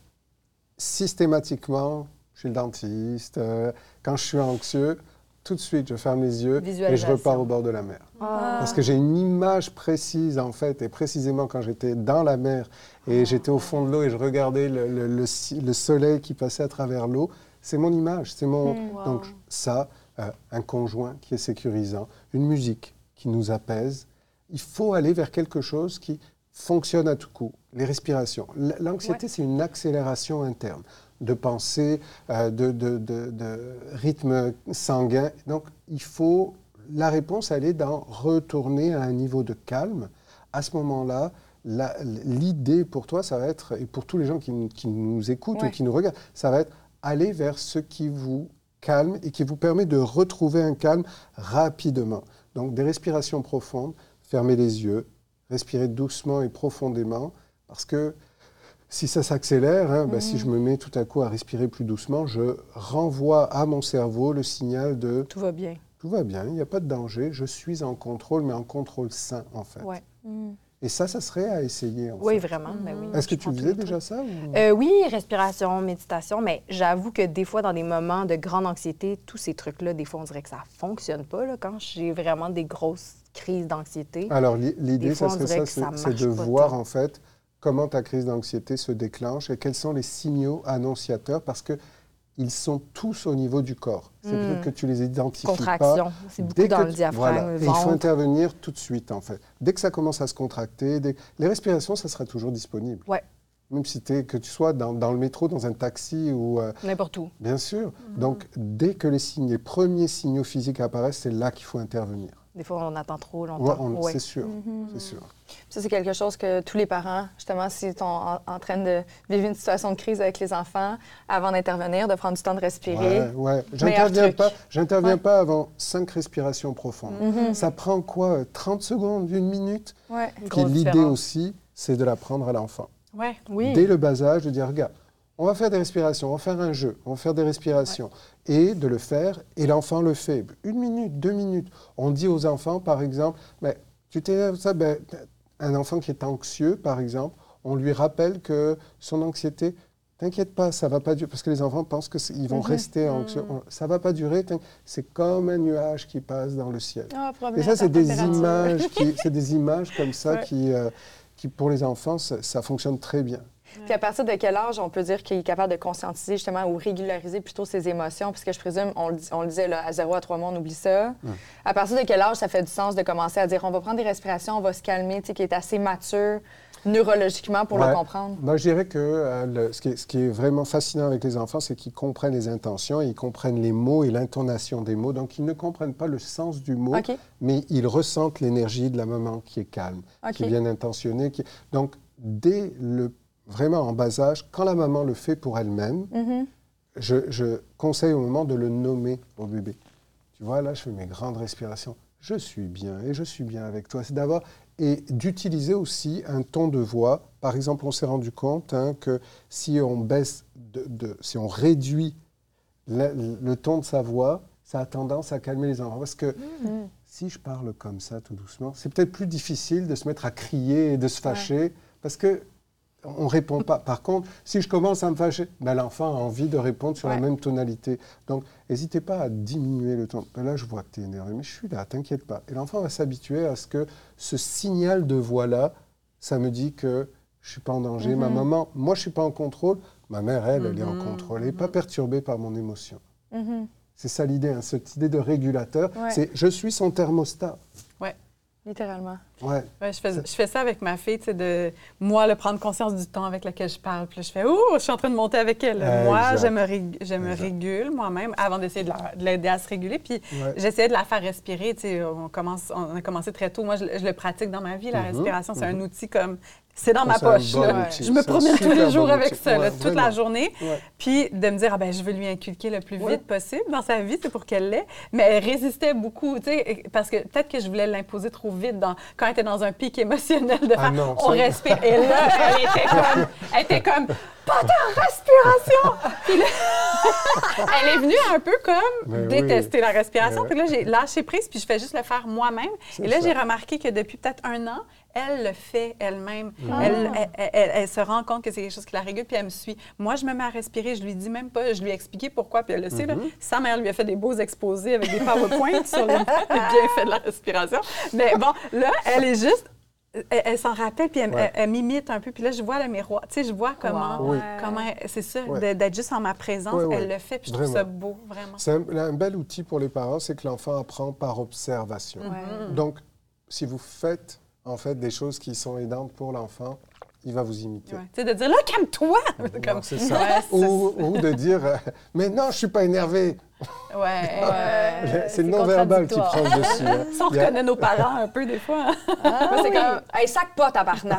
Systématiquement, chez le dentiste, euh, quand je suis anxieux, tout de suite, je ferme les yeux et je Visualisation. repars au bord de la mer. Ah. Parce que j'ai une image précise, en fait, et précisément quand j'étais dans la mer et j'étais au fond de l'eau et je regardais le, le- le ci- le soleil qui passait à travers l'eau, c'est mon image, c'est mon... Wow. Donc ça, euh, un conjoint qui est sécurisant, une musique qui nous apaise, il faut aller vers quelque chose qui fonctionne à tout coup. Les respirations. L- L'anxiété, c'est une accélération interne de pensée, euh, de, de, de, de rythme sanguin. Donc, il faut... La réponse, elle est dans retourner à un niveau de calme. À ce moment-là, la- l'idée pour toi, ça va être, et pour tous les gens qui, nous- qui nous écoutent Ouais. ou qui nous regardent, ça va être aller vers ce qui vous calme et qui vous permet de retrouver un calme rapidement. Donc, des respirations profondes, fermez les yeux, respirez doucement et profondément, parce que si ça s'accélère, hein, ben, si je me mets tout à coup à respirer plus doucement, je renvoie à mon cerveau le signal de Tout va bien. tout va bien, il n'y a pas de danger, je suis en contrôle, mais en contrôle sain, en fait. Ouais. Et ça, ça serait à essayer, en Oui, fait. vraiment. ben oui. Est-ce que Je tu prends tous faisais les déjà ça? ou- Euh, oui, respiration, méditation, mais j'avoue que des fois, dans des moments de grande anxiété, tous ces trucs-là, des fois, on dirait que ça fonctionne pas. Là, quand j'ai vraiment des grosses crises d'anxiété. Alors, l'i- l'idée, Des fois, ça on serait dirait ça, que c'est ça c'est marche de pas voir, tant. en fait, comment ta crise d'anxiété se déclenche et quels sont les signaux annonciateurs, parce que ils sont tous au niveau du corps. C'est Hmm. peut-être que tu les identifies Contraction. pas. C'est beaucoup Dès dans que le tu- diaphragme, voilà. le Et il faut ventre. intervenir tout de suite, en fait. Dès que ça commence à se contracter, dès- les respirations, ça sera toujours disponible. Ouais. Même si t'es- que tu sois dans, dans le métro, dans un taxi ou... euh, N'importe où. bien sûr. Donc, dès que les signes, les premiers signaux physiques apparaissent, c'est là qu'il faut intervenir. Des fois, on attend trop Ouais, longtemps. on- Ouais. c'est sûr, c'est sûr. Ça, c'est quelque chose que tous les parents, justement, s'ils sont en, en train de vivre une situation de crise avec les enfants, avant d'intervenir, de prendre du temps de respirer. Ouais, ouais. Meilleur J'interviens truc. pas, j'interviens Ouais. pas avant cinq respirations profondes. Ça prend quoi, euh, trente secondes, une minute? Ouais. Une Puis grosse l'idée différence. aussi, c'est de l'apprendre à l'enfant. Ouais. Oui. Dès le bas âge, de dire, regarde, on va faire des respirations, on va faire un jeu, on va faire des respirations. Et de le faire, et l'enfant le fait. Une minute, deux minutes. On dit aux enfants, par exemple, mais tu t'énerves, ça, ben, un enfant qui est anxieux, par exemple, on lui rappelle que son anxiété, t'inquiète pas, ça va pas durer, parce que les enfants pensent qu'ils vont rester anxieux. On- Ça va pas durer, t'inqui- c'est comme un nuage qui passe dans le ciel. Ah, Et ça, c'est des température. images, qui, c'est des images comme ça Ouais. qui, euh, qui, pour les enfants, ça, ça fonctionne très bien. Puis à partir de quel âge on peut dire qu'il est capable de conscientiser justement ou régulariser plutôt ses émotions? Parce que je présume, on le, dis- on le disait, là, à zéro à trois mois, on oublie ça. À partir de quel âge ça fait du sens de commencer à dire on va prendre des respirations, on va se calmer, tu sais, qui est assez mature neurologiquement pour Ouais. le comprendre? Moi, je dirais que euh, le- ce, qui est, ce qui est vraiment fascinant avec les enfants, c'est qu'ils comprennent les intentions, ils comprennent les mots et l'intonation des mots. Donc, ils ne comprennent pas le sens du mot, OK. mais ils ressentent l'énergie de la maman qui est calme, OK. qui est bien intentionnée. Qui... Donc, dès le vraiment en bas âge, quand la maman le fait pour elle-même, Mhm. je, je conseille au moment de le nommer au bébé. Tu vois, là, je fais mes grandes respirations. Je suis bien et je suis bien avec toi. C'est d'avoir et d'utiliser aussi un ton de voix. Par exemple, on s'est rendu compte hein, que si on baisse, de, de- si on réduit le, le ton de sa voix, ça a tendance à calmer les enfants. Parce que si je parle comme ça, tout doucement, c'est peut-être plus difficile de se mettre à crier et de se fâcher parce que on ne répond pas. Par contre, si je commence à me fâcher, ben, l'enfant a envie de répondre sur Ouais. la même tonalité. Donc, n'hésitez pas à diminuer le ton. Ben là, je vois que tu es énervé, mais je suis là, t'inquiète pas. Et l'enfant va s'habituer à ce que ce signal de voix-là, ça me dit que je ne suis pas en danger. Ma maman, moi, je ne suis pas en contrôle. Ma mère, elle, elle est en contrôle. Elle n'est pas perturbée par mon émotion. Mhm. C'est ça l'idée, hein, cette idée de régulateur. Ouais. C'est je suis son thermostat. Littéralement. Ouais. Ouais, je, fais, je fais ça avec ma fille, tu sais, de moi, le prendre conscience du ton avec lequel je parle. Puis là, je fais, ouh, je suis en train de monter avec elle. Moi, Exact. je me, rég- je me Exact. régule moi-même avant d'essayer de la- de l'aider à se réguler. Puis Ouais. j'essayais de la faire respirer. Tu sais, on, commence, on a commencé très tôt. Moi, je, je le pratique dans ma vie, la Mhm, respiration. C'est mhm. un outil comme. C'est dans Oh, ma c'est un poche. bon là. outil. Je me C'est un promène tous super les jours bon avec outil. ça, là, Ouais, toute vraiment. la journée. Ouais. Puis de me dire, ah ben, je veux lui inculquer le plus Ouais. vite possible dans sa vie, c'est pour qu'elle l'ait. Mais elle résistait beaucoup, tu sais, parce que peut-être que je voulais l'imposer trop vite dans, quand elle était dans un pic émotionnel de Ah faire, non, on ça- respire. Et là, elle était comme, elle était comme, pas de respiration! Puis là, elle est venue un peu comme Mais détester oui. la respiration. Mais Puis là, j'ai lâché prise, puis je fais juste le faire moi-même. C'est Et là, ça. j'ai remarqué que depuis peut-être un an, elle le fait elle-même. Ah. Elle, elle, elle- elle- elle se rend compte que c'est quelque chose qui la régule, puis elle me suit. Moi, je me mets à respirer, je lui dis même pas, je lui ai expliqué pourquoi, puis elle le sait. là. Mm-hmm. Sa mère lui a fait des beaux exposés avec des PowerPoints sur les bienfaits de la respiration. Mais bon, là, elle est juste... Elle, elle s'en rappelle, puis elle, Ouais. elle- elle m'imite un peu. Puis là, je vois le miroir. Tu sais, je vois comment... Oui. comment elle- c'est ça, Ouais. de- d'être juste en ma présence. Ouais, ouais. Elle le fait, puis je trouve ça Vraiment. beau, vraiment. C'est un, un bel outil pour les parents, c'est que l'enfant apprend par observation. Donc, si vous faites en fait des choses qui sont aidantes pour l'enfant, il va vous imiter. Ouais. Tu sais, de dire, là, calme-toi! Non, Comme- c'est ça. Ouais, c'est ou, ou de dire, euh, mais non, je suis pas énervé. Ouais, ouais. c'est le non-verbal qui contradictoire. prend le dessus. hein. Ça, on Il y a- reconnaît nos parents un peu des fois. Moi, c'est comme, hey, sac pas, tabarnak.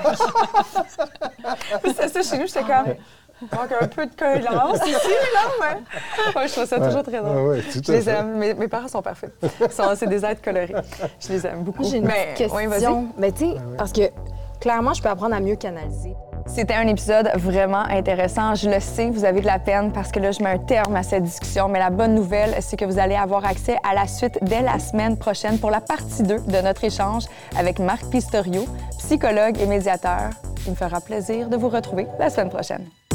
c'est ça, chez nous, j'étais comme, manque un peu de cohérence ici, là, mais. Ouais, je trouve ça Ouais. toujours très drôle. Ah ouais, tout Je à les fait. aime. Mes, mes parents sont parfaits. Ils sont- C'est des êtres colorés. Je les aime beaucoup. J'ai une Mais, petite ouais, question. vas-y. mais tu sais, parce que clairement, je peux apprendre à mieux canaliser. C'était un épisode vraiment intéressant. Je le sais, vous avez de la peine parce que là, je mets un terme à cette discussion. Mais la bonne nouvelle, c'est que vous allez avoir accès à la suite dès la semaine prochaine pour la partie deux de notre échange avec Marc Pistorio, psychologue et médiateur. Il me fera plaisir de vous retrouver la semaine prochaine.